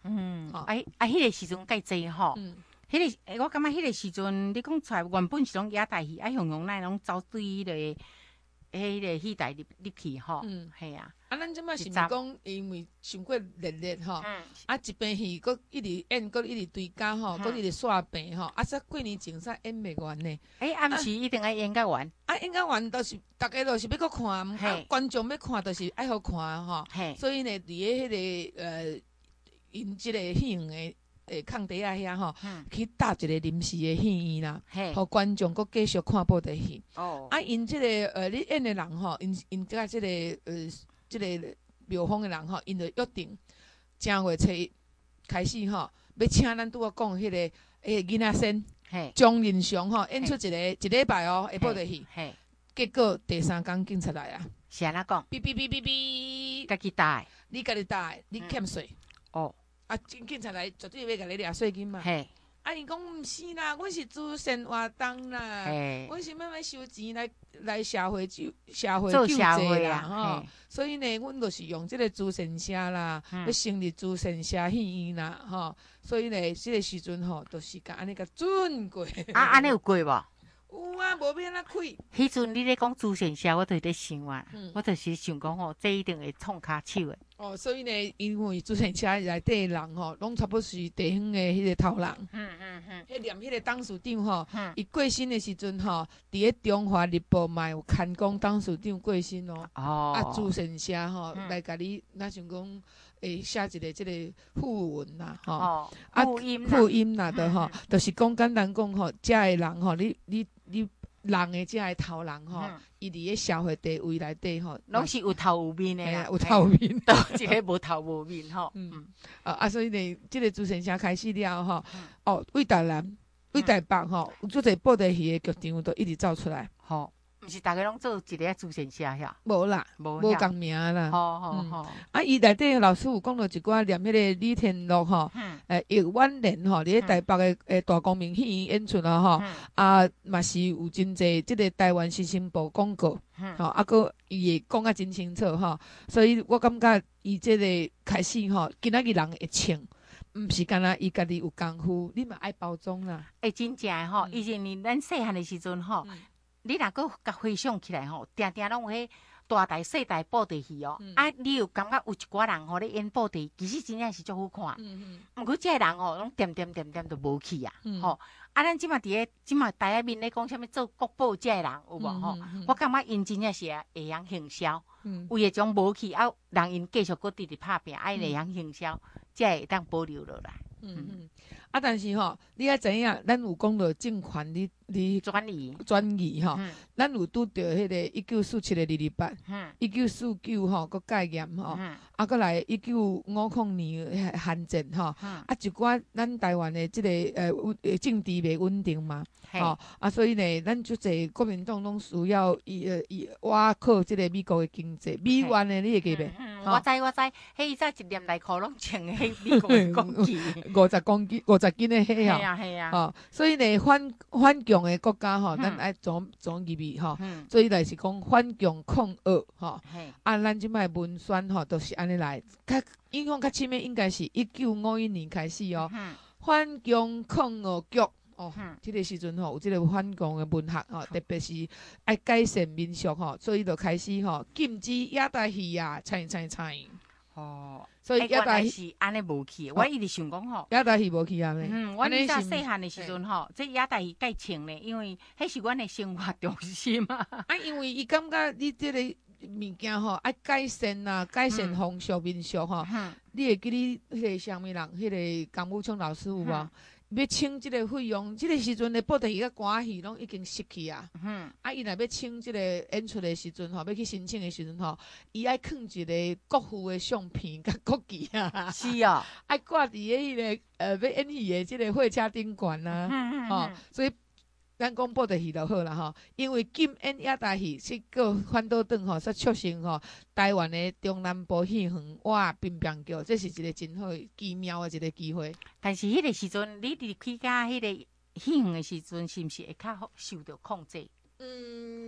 嗯，啊啊，迄个时阵介济吼。嗯。迄个，诶，我感觉迄个时阵，你讲出来原本是拢野台戏，啊，雄雄奶拢走对迄个，迄个戏台入入去吼。嗯，系啊。 啊，咱即摆是毋是讲，因为伤过热热吼，啊，一边戏佫一直演，佫一直追加吼，佫一直煞病吼，啊，说过年前煞演袂完呢。 诶，暗时一定要演甲完。 啊，演甲完，都是大家都是要佫看，啊，观众要看，都是爱好看吼。所以呢，伫咧迄个呃，因即个戏院的。诶，空地啊遐吼，去搭一个临时的戏院啦，互观众阁继续看布袋戏。哦，啊，因即个呃，你演的人吼，因因甲即个呃，即个庙方的人吼，因就约定正月初一开始吼，要请咱拄我讲迄个诶囡仔先张仁祥吼演出一个一礼拜哦，诶布袋戏。结果第三工警察来啊， 是安怎讲？ 哔哔哔哔哔， 家己带， 你家己带，你欠税。哦。啊，警警察来绝对要甲你掠税金嘛。嘿，啊，伊讲毋是啦，阮是慈善活动啦，阮是要要收钱来来社会救社会救济啦，吼。所以呢，阮就是用即个慈善社啦，要成立慈善社戏院啦，吼。所以呢，即个时阵吼，都是甲安尼甲准过。 啊，安尼有过无？ 有啊，无变安怎开。 迄阵你咧讲慈善社，我就咧想啊，我就是想讲吼，这一定会创骹手的。 哦，所以呢，因为慈善社内底人吼，拢差不多是地方的迄个头人。嗯嗯嗯。迄念迄个董事长吼，伊过身的时阵吼，伫咧《中华日报》嘛有刊讲董事长过身哦。哦。啊，慈善社吼来甲你，那想讲会写一个即个讣文啦，吼。哦。 讣音。 讣音啦，的吼，就是讲简单讲吼，遮个人吼，你你你。人的遮个头人吼，伊伫咧社会地位内底吼， 拢是有头有面的啦， 有头有面， 都一个无头无面吼。 嗯，啊啊，所以呢，即个慈善社开始了吼，哦，为台南、为台北吼，有做者布袋戏的剧场都一直走出来，吼。 毋是逐个拢做一个慈善社遐？ 无啦，无无共名啦。 好好好。 啊，伊内底老师有讲到一寡念迄个李天禄吼，诶，叶婉莲吼，伫咧台北的诶大光明戏院演出啊吼，啊嘛是有真济即个台湾新闻部广告，吼，啊个伊会讲啊真清楚吼，所以我感觉伊即个开始吼，今仔日人会穿。毋是干那伊家己有功夫，你嘛爱包装啦。 诶，真正诶吼，以前你咱细汉诶时阵吼。你若阁甲回想起来吼，定定拢有迄大台细台布袋戏哦。嗯、啊，你有感觉有一寡人吼咧演布袋，其实真正是足好看。嗯嗯。毋过这人吼，拢点点点点都无去啊。嗯。吼，啊，咱即马伫咧，即马台下面咧讲啥物做国宝这人有无吼？嗯嗯、我感觉因真正是会晓行销。嗯。为迄种无去啊，人因继续搁直直拍拼，爱会晓行销，才会当保留落来。嗯嗯。啊，但是吼，你爱知影，咱有讲到政权，你你转移转移吼，嗯、咱有拄着迄个一九四七的二二八，一九四九吼，佮戒严吼，嗯、啊，佮来一九五零年韩战吼，嗯、啊，一寡咱台湾的即、這个呃政治袂稳定嘛，吼、哦，啊，所以呢，咱就侪国民党拢需要伊呃伊挖靠即个美国的经济，美元的你会记袂？ 嗯嗯、我知我知，迄早一念内裤拢穿迄美国的公旗， 五十公斤，五十斤的迄哦，系啊系啊， 哦，所以呢，反反共的国家吼，咱爱总总入去吼，所以就是讲反共抗俄吼，啊，咱即摆文宣吼都是安尼来，较影响较深的应该是一九五一年开始哦，反共抗俄局。哦，即、嗯、个时阵吼，有即个反共的文学吼，特别是爱改善民俗吼，所以就开始吼禁止野台戏啊，菜菜菜。哦，所以野台是安尼无去，我一直想讲吼， 野台戏无去啊咧。 嗯，我以前细汉的时阵吼，这野台戏该穿咧，因为迄是阮的生活重心嘛。 啊，因为伊感觉你即个物件吼，爱改善啊，改善风俗民俗吼。嗯、你会记你迄个啥物人，迄、那个江武昌老师有无？嗯要请即个费用，即、這个时阵的布袋戏甲歌戏拢已经失去啊。嗯。啊，伊若要请即个演出的时阵吼，要去申請的時陣吼，伊愛囥一個國父的相片甲國旗啊。 是啊。 愛掛佇迄個呃要演戲的即個貨車頂懸啊。嗯嗯吼、哦，所以咱講布袋戲就好啦吼，因為禁演野台戲，是個反倒轉吼，煞促成吼台灣的中南部戲園哇乒乓球，這是一個真好奇妙的一個機會。 但是迄個時陣，你佇去甲迄個戲園的時陣，是毋是會較受到控制？ 嗯。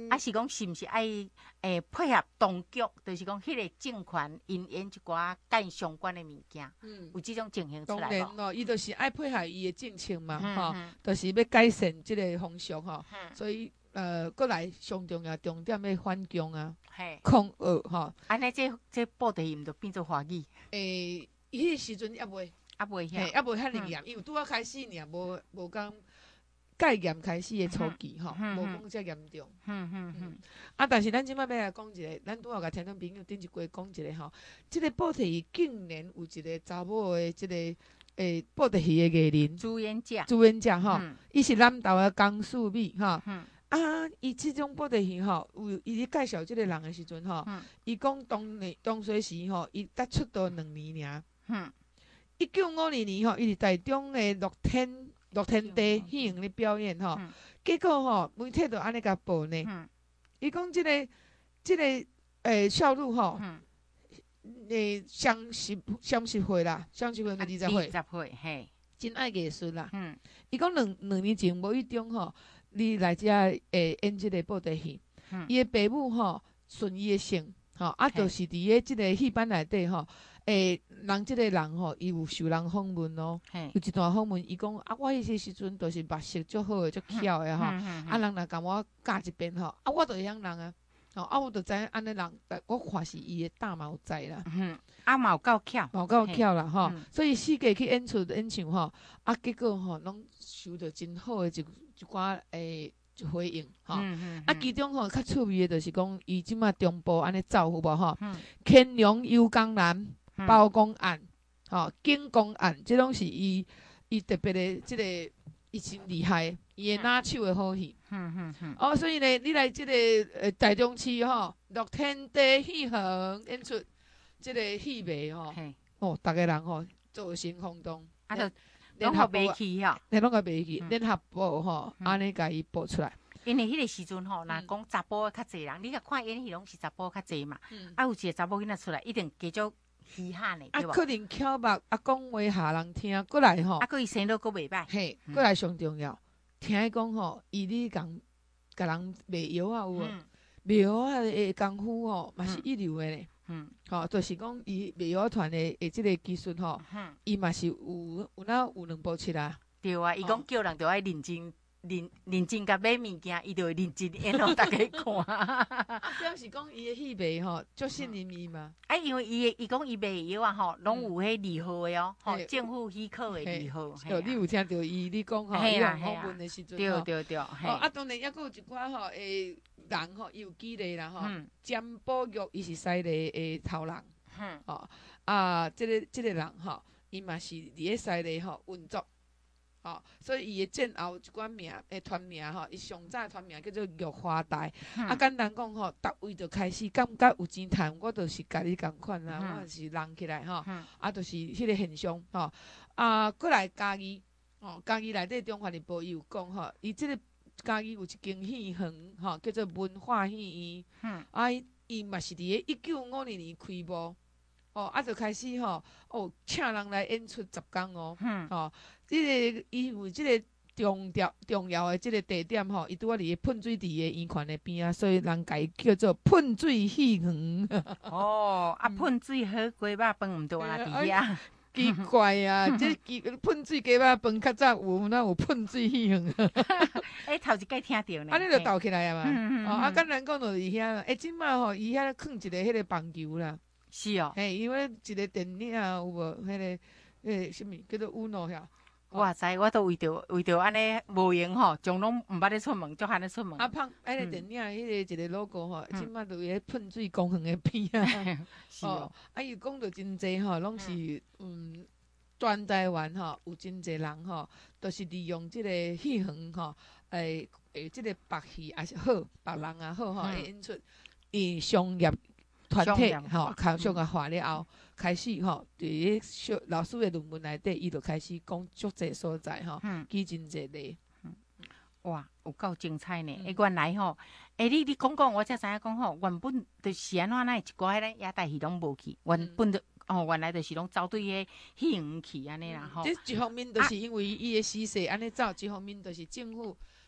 啊是讲是毋是爱诶配合当局，就是讲迄个政权因演一寡干相关的物件，嗯，有即种情形出来无？ 当然咯，伊就是爱配合伊的政策嘛，吼、 嗯， 就是要改善即个风俗吼，嗯、所以呃，过来上重要重点要反共啊，抗恶吼。 安尼这这报地毋就变做华语？ 诶，伊迄个时阵还袂， 还袂遐，还袂遐尼严，因为拄啊开始尔，无无讲。戒严开始的初期吼，无讲遮严重。嗯嗯嗯。啊，但是咱即摆要来讲一个，咱拄好甲听众朋友顶一过讲一个吼，即个布袋戏竟然有一个查某的即个诶布袋戏的艺人朱元甲。 朱元甲吼，伊是南投的江苏美吼。啊，伊即种布袋戏吼，有伊咧介绍即个人的时阵吼，伊讲当年当时时吼，伊才出道两年尔。嗯。一九五二年吼，伊伫台中的乐天。乐天地戏院咧表演吼，嗯、结果吼媒体就安尼甲报呢。伊讲即个即、這個诶、呃、少女吼，诶三十三十岁啦，三十岁到二十岁， 二十岁嘿， 真爱艺术啦。伊讲两两年前无意中吼，你来遮诶演即个布袋戏，伊诶爸母吼顺伊诶姓，吼啊，就是伫咧即个戏班内底吼。诶，人即个人吼，伊有受人访问咯，有一段访问，伊讲啊，我迄些时阵就是目色足好诶，足巧诶吼，啊，人若甲我教一遍吼，啊，我就会晓人啊，吼，啊，我就知影安尼人，我看是伊诶大毛仔啦， 啊，嘛有够巧， 嘛有够巧啦吼，所以四界去演出演唱吼，啊，结果吼，拢收到真好诶一一寡诶回应吼，啊，其中吼较趣味诶，就是讲伊即马中部安尼走有无吼，乾隆游江南。包公案，吼、警公案，即拢是伊伊特别的，即、這个伊真厉害，伊会拿手的好戏。嗯嗯嗯。哦，所以呢，你来即、這个呃台中市吼，乐天地戏院演出即个戏迷吼，哦，逐个人吼造成轰动， 啊，就联合报去吼， 联合报去，联合报吼，安尼甲伊报出来。 因为迄个时阵吼，若讲查甫较济人，你甲看演戏拢是查甫较济嘛，啊，有一个查某囡仔出来，一定加足。稀罕的， 啊，可能巧目，啊，讲话下人听，过来吼， 啊，佮伊生都佮袂歹， 嘿，过来上重要，听伊讲吼，伊咧共甲人卖药啊有无？卖药啊的功夫吼，嘛是一流的咧，嗯，吼，就是讲伊卖药团的诶，即个技术吼，伊嘛是有有哪有两步七啊？ 对啊，伊讲叫人着爱认真。认认真甲买物件，伊就会认真演互大家看。 啊，表示讲伊的戏卖吼，足信任伊嘛。 啊，因为伊伊讲伊卖药啊吼，拢有迄字号的哦，吼，政府许可的字号。 哦，你有听到伊你讲吼，伊有访问的时阵对对对。哦， 啊，当然抑佫有一寡吼诶人吼，伊有记咧啦吼。占卜玉伊是西丽的头人。嗯。哦，啊，即个即个人吼，伊嘛是伫咧西丽吼运作。哦，所以伊的战后一寡名诶团名吼，伊上早团名叫做玉花台。嗯、啊，简单讲吼，逐位就开始感觉有钱趁，我就是家己共款啦，嗯、我就是人起来吼，嗯、啊，就是迄个现象吼。啊，过来嘉义，哦，嘉义内底中华日报伊有讲吼，伊即个嘉义有一间戏院吼，叫做文化戏院。嗯、啊，伊嘛是伫咧一九五二年开幕。哦，啊，就开始吼，哦，请人来演出十工哦，嗯、哦，即、這个伊有即个重要重要的即个地点吼，伊拄啊伫喷水池的圆圈的边啊，所以人家伊叫做喷水戏园。 哦，啊，喷水好鸡肉饭毋多啊，伫遐。 奇怪啊，即鸡喷水鸡肉饭较早有，哪有喷水戏园？ 哎，头一摆听到呢。 啊，你著斗起来啊嘛。哦，啊，简单讲就是遐，哎，即摆吼，伊遐囥一个迄个棒球啦。 是哦， 嘿，因为一个电影有无？迄、那个，诶，什物叫做 Uno 遐？ 我知，我都为着为着安尼无闲吼，从拢毋捌咧出门，就喊咧出门。 啊，胖，迄个电影，迄个一个 logo 吼，即摆就咧喷水公园的边啊。 是哦， 啊，伊讲到真济吼，拢是嗯，全台湾吼有真济人吼，都是利用即个戏园吼，诶诶，即个白戏也是好，白人也好吼，演出以商业。团体吼，开上个化了后，开始吼，伫咧老师的论文内底，伊就开始讲足济所在吼，举真济例。 哇，有够精彩呢！诶，原来吼，诶，你你讲讲，我才知影讲吼，原本就是安怎那一寡迄个亚代戏拢无去，原本就哦，原来就是拢走对迄戏园去安尼啦吼。 这一方面就是因为伊的时势安尼走，一方面就是政府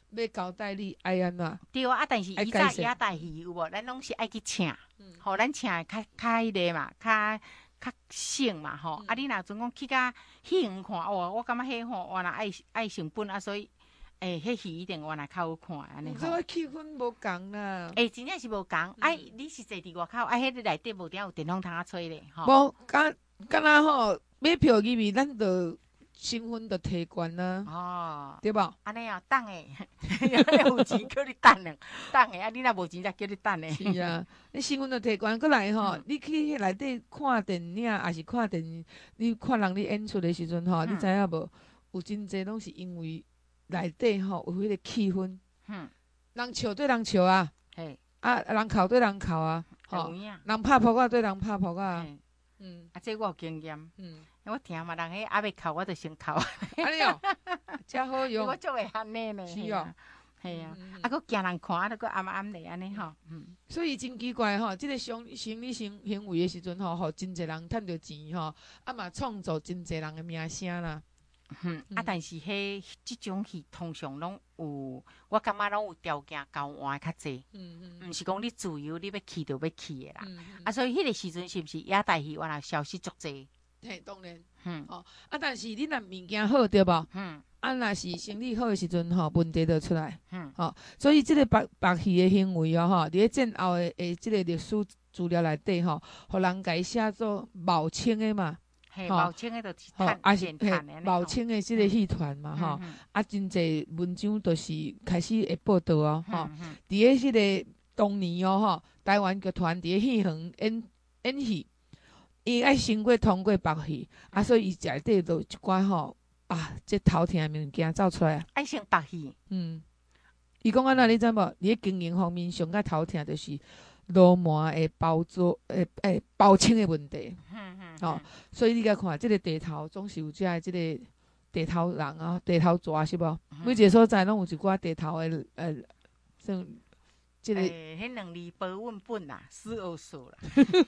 要交代你爱安怎？ 对啊，但是伊早野台戏有无？咱拢是爱去请，吼、嗯，咱请较较迄个嘛，较较省嘛，吼、嗯。啊，你若阵讲去甲戏院看，哦，我感觉迄吼，原来爱爱成本啊，所以诶，迄戏一定原来较好看安尼吼。 所以气氛无共啦。 诶，真正是无共。哎、嗯，你是坐伫外口，啊，迄个内底无定有电风筒吹咧，吼。 无，敢敢若吼买票入去，咱着。身份就提悬啦，哦，对吧？ 安尼啊，等诶，有钱叫你等诶，等诶，啊，你若无钱才叫你等诶。 是啊，你身份就提悬，过来吼，嗯、你去内底看电影，还是看电影，你看人咧演出诶时阵吼，嗯、你知影无？有真济拢是因为内底吼有迄个气氛，嗯，人笑对人笑啊，嘿，啊，人哭对人哭啊，吼，人拍扑克对人拍扑克啊， 嗯，啊，这我有经验，嗯。我听嘛，人迄还未哭，我就先哭。 安尼哦，真好用。 我足会安尼呢。 是哦， 系啊，啊，佮惊人看，啊，佮暗暗咧安尼吼。嗯。 所以真奇怪吼，即个生生理行行为诶时阵吼，互真侪人趁着钱吼，啊嘛创造真侪人诶名声啦。 嗯。啊，但是迄即种戏通常拢有，我感觉拢有条件交换较济。嗯嗯。毋是讲你自由，你要去就要去诶啦。嗯。啊，所以迄个时阵是毋是野台戏原来消息足济？ 嘿，当然，嗯，哦，啊，但是你若物件好对无？嗯，啊，若是生理好诶时阵吼，问题就出来，嗯，吼、哦，所以即个白白戏诶行为哦，吼，伫咧战后诶诶即个历史资料内底吼，互人家写做冒清诶嘛， 嘿，冒清诶就是探啊是嘿，冒清诶即个戏团嘛，吼、嗯，啊，真侪文章都是开始会报道哦，吼、嗯，伫咧即个当年哦，吼，台湾剧团伫咧戏园演演戏。伊爱先过通过白戏，啊，所以伊内底就一寡吼啊，即头疼诶物件走出来。 爱先白戏， 嗯，伊讲安怎你知无？伫咧经营方面上较头疼就是罗麻诶包装诶诶包清诶问题。嗯嗯。吼、哦，所以你甲看，即、这个地头总是有遮个即个地头人啊，地头蛇是无？嗯、每一个所在拢有一寡地头诶呃，像。 即个，迄两字保稳本啦，四二数啦，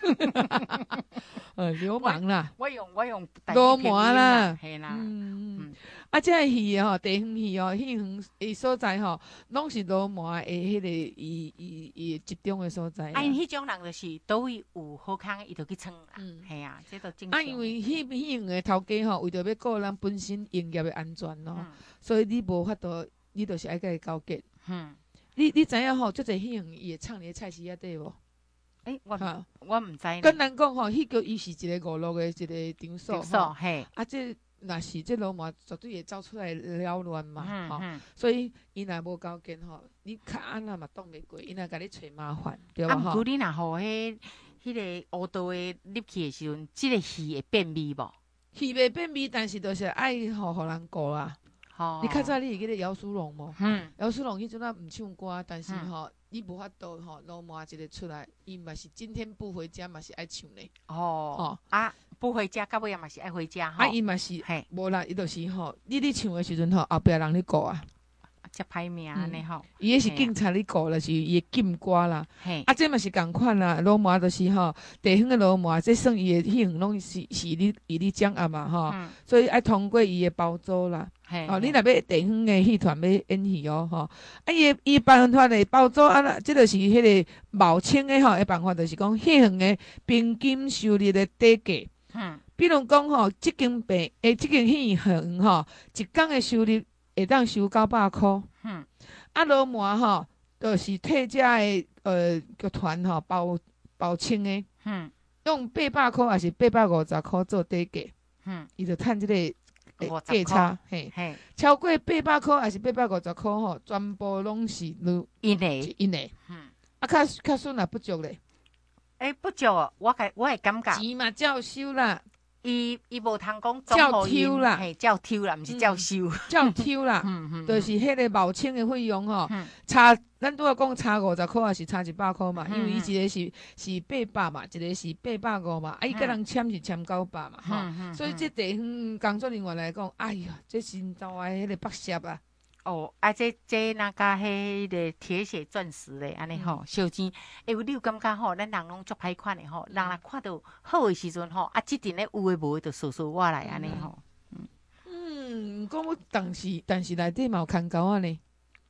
呃，流氓啦， 我用我用罗麻啦， 系啦， 嗯嗯，啊，即个戏吼，地方戏哦，戏园伊所在吼，拢是罗麻诶，迄个伊伊伊集中诶所在。 啊，因迄种人就是倒位有好康，伊就去创啦，系啊，这都正常。 啊，因为戏戏园诶头家吼，为着要顾咱本身营业诶安全咯，所以你无法度，你著是爱甲伊交结。嗯。你你知影吼，足侪戏院伊会唱咧菜市仔底无？ 诶、欸，我我毋知。 跟咱讲吼，迄个伊是一个娱乐诶一个场所。 场所嘿。 啊，这若是这罗马绝对会走出来扰乱嘛，吼、嗯嗯。所以伊若无交结吼，你较安那嘛挡袂过，伊若甲你找麻烦，对吧？ 啊，毋过你若互迄迄个乌道诶入去诶时阵，即、這个戏会变味无？ 戏袂变味，但是就是爱互互人顾啦。哦、你较早你会记得姚苏蓉无？嗯，姚苏蓉迄阵仔毋唱歌，但是吼、嗯，伊无法度吼，罗马一个出来，伊嘛是今天不回家嘛是爱唱咧。哦， 哦啊，不回家，到尾也嘛是爱回家。 啊，伊嘛是，无啦，伊就是吼，你咧唱诶时阵吼，后壁人咧顾啊。 遮歹命安尼吼， 伊迄是警察咧顾，就是伊诶禁歌啦。啊，这嘛是共款啦，罗马就是吼，地方诶罗马，这算伊诶戏院拢是是你伊咧掌握嘛吼，嗯、所以爱通过伊诶包租啦。哦，你若要地方诶戏团要演戏哦吼，啊伊伊办法诶包租啊，即就是迄个冒清诶吼，诶办法就是讲戏院诶平均收入诶底价。嗯，比如讲吼，即间病诶，即间戏院吼，一工诶收入。会当收九百箍，嗯，啊，罗马吼，就是替遮个呃剧团吼包包清诶，嗯，用八百箍还是八百五十箍做底价，嗯，伊就趁即个价差，嘿，嘿，超过八百箍还是八百五十箍吼，全部拢是如以内， 以内，嗯，啊，较较损也不足咧， 诶、欸，不足哦，我个我会感觉钱嘛照收啦。 伊伊无通讲照抽啦， 嘿，照抽啦，毋是照收， 照抽啦，嗯嗯，就是迄个冒清的费用吼，差咱拄仔讲差五十箍，还是差一百箍嘛？因为伊一个是是八百嘛，一个是八百五嘛，啊，伊甲人签是签九百嘛，吼，所以这地方工作人员来讲，哎呀，这心头诶迄个白涩啊。 哦，啊，这这那甲迄个铁血钻石咧，安尼吼，烧钱。哎，你有感觉吼，咱人拢足歹看诶吼，人若看到好诶时阵吼，啊，即阵咧有诶无诶，就说说我来安尼吼。 嗯，毋过我但是但是内底嘛有空沟啊呢。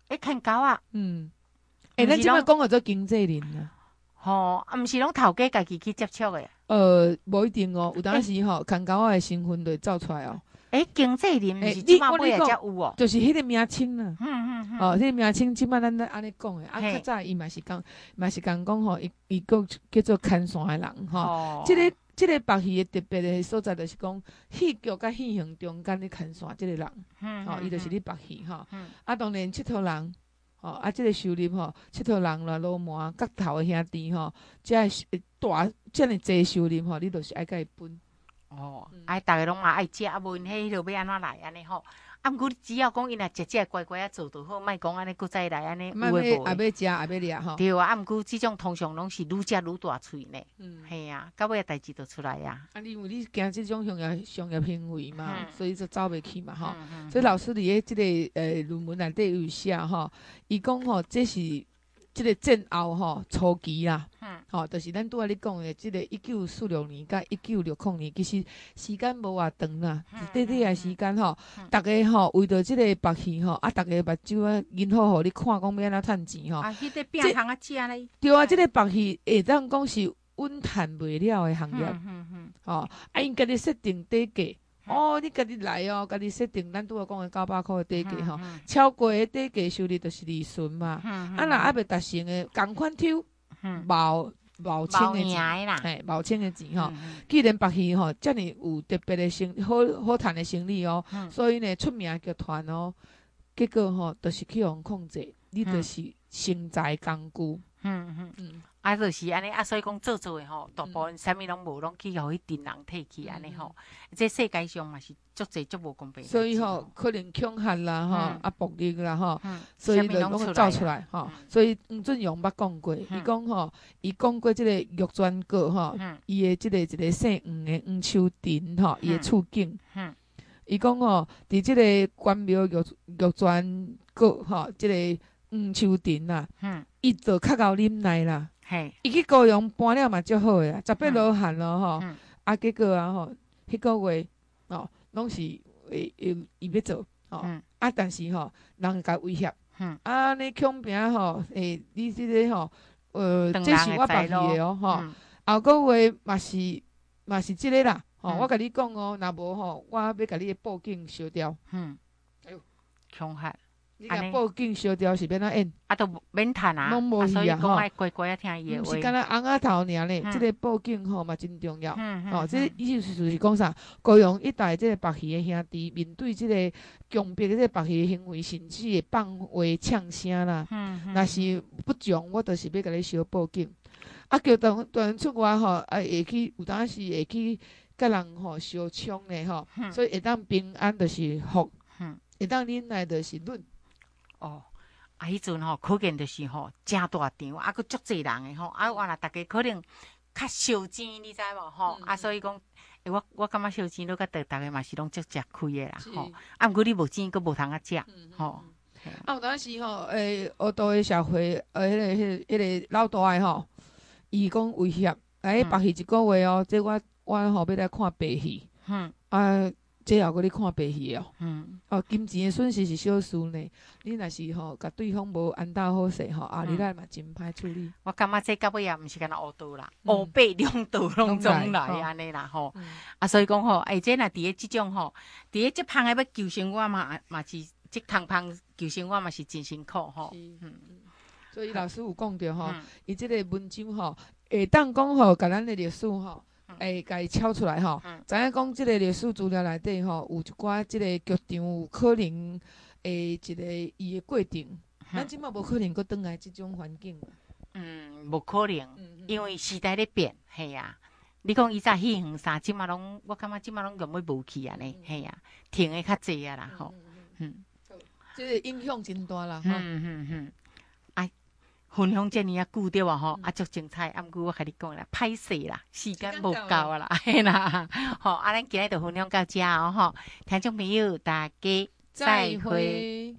诶，看狗啊， 嗯，诶、欸，咱即摆讲叫做经济人啊。 吼，啊，毋是拢头家家己去接触诶。 呃，无一定哦，有当时吼，看狗仔诶身份就会走出来哦。 诶、欸，经济人毋是即摆尾也才有哦， 就是迄个名称啦。 嗯嗯嗯。 哦，迄、那个名称即摆咱咧安尼讲诶，啊，较早伊嘛是讲，嘛是讲讲吼，伊伊个叫做看山诶人吼。哦。即、這个即、這个白鱼诶特别诶所在，就是讲戏剧甲戏行中间咧看山即个人。嗯。吼、哦，伊就是咧白鱼吼。嗯。啊，当然佚佗人。吼、哦，啊，即、這個收入吼，佚佗人啦、老婆、角頭誒兄弟吼，即係大，即係濟收入吼，你著是愛甲伊分。 哦，愛逐個攏嘛愛食，啊，無因迄落要安怎來安尼吼。啊，毋過只要講伊若食食乖乖啊做就好，莫講安尼佫再來安尼有誒無誒。 啊要食啊要掠吼。 對啊，啊毋過即種通常攏是愈食愈大喙呢。嗯。係啊，到尾代志就出來啊。 啊，因為你驚即種商業商業行為嘛，嗯、所以就走袂去嘛吼、嗯嗯。所以老師伫咧即個誒論文內底有寫吼，伊講吼，這是即個戰後吼初期啦。嗯。吼，就是咱拄仔咧講誒，即個一九四六年甲一九六零年，其實時間無偌長啦，短短誒時間吼，逐個吼為着即個白魚吼，啊，逐個目睭啊，引好互你看講要安怎趁錢吼。 啊，迄個餅通啊食咧。 對啊，即個白魚會當講是穩賺袂了誒行業。嗯嗯嗯。吼，啊，因家己設定底價。哦，你家己來哦，家己設定，咱拄仔講誒九百塊誒底價吼，超過誒底價收入就是利潤嘛。啊，若還袂達成誒，共款抽，毛毛清誒錢，嘿，毛清誒錢吼。既然白魚吼，遮爾有特別誒生好好賺誒生意哦，所以呢出名劇團哦，結果吼，就是去互控制，你就是生財工具。嗯嗯嗯。 啊，就是安尼啊，所以講做做誒吼，大部分啥物攏無，攏去互迄陣人摕去安尼吼。即世界上嘛是足濟足無公平。 所以吼，可能恐嚇啦，吼，啊暴力啦，吼，所以就攏走出來，吼。所以黃俊陽捌講過，伊講吼，伊講過即個玉泉閣吼，伊誒即個一個姓黃誒黃秋婷吼，伊誒處境。伊講吼，佇即個關廟玉玉泉閣吼，即個黃秋婷啦，伊就較夠忍耐啦。伊去高雄搬了嘛，足好誒啊！十八羅漢咯吼，啊結果啊吼，迄個月哦，攏是誒伊伊要做吼，啊但是吼，人甲威脅，啊你恐平吼，誒你即個吼，呃，這是我白去誒哦吼，後個月嘛是嘛是即個啦，吼，我甲你講哦，若無吼，我要甲你報警燒掉，嗯，哎呦， 恐嚇。 你若報警燒掉是免怎演？ 啊，都免趁啊， 攏無去啊吼。 乖乖啊，聽伊誒話。 毋是干那紅仔頭爾咧，即個報警吼嘛真重要。哦，即意思就是講啥？高雄一帶即個白魚誒兄弟面對即個強迫即個白魚誒行為，甚至會放話嗆聲啦。若是不忠，我就是要甲你燒報警。啊，叫當當出外吼，啊會去有當時會去甲人吼燒槍咧吼，所以會當平安就是福，會當忍耐就是忍。 哦，啊，迄陣吼，可見就是吼，真大場，啊，佫足濟人誒吼，啊，我若逐個可能較燒錢，你知無吼？啊，所以講，誒，我我感覺燒錢，你甲逐逐個嘛是攏足食虧誒啦，吼。啊，毋過你無錢，佫無通啊食，吼。 啊，有當時吼，誒，學道誒社會，誒，迄個、迄、迄個老大誒吼，伊講威脅，誒，白戲一個月哦，即我我吼要來看白戲，嗯，啊。最後，佫你看白戲哦，嗯，哦，金錢誒損失是小事呢。你若是吼，甲對方無安搭好勢吼，後日來嘛真歹處理。 我感覺這到尾也毋是干那烏道啦，烏白兩道攏總來安尼啦吼。啊，所以講吼，誒，即若佇咧即種吼，佇咧即芳誒要救生活嘛，嘛是即通芳救生活嘛是真辛苦吼。嗯， 所以老師有講着吼，伊即個文章吼，會當講吼，甲咱誒歷史吼。會甲伊抄出來吼，知影講即個歷史資料內底吼，有一寡即個劇場有可能誒一個伊誒過程，咱即馬無可能擱轉來即種環境。 嗯，無可能，因為時代咧變，係啊。你講以前戲園啥，即馬攏我感覺即馬攏根本無去啊呢，係啊，停誒較濟啊啦吼。嗯， 即個影響真大啦。 嗯嗯嗯。分享遮爾啊久對啊吼，啊足精彩，啊毋過我甲你講啦，歹勢啦，時間無夠啊啦，係啦，吼，啊咱今日就分享到遮哦吼，聽眾朋友大家再會。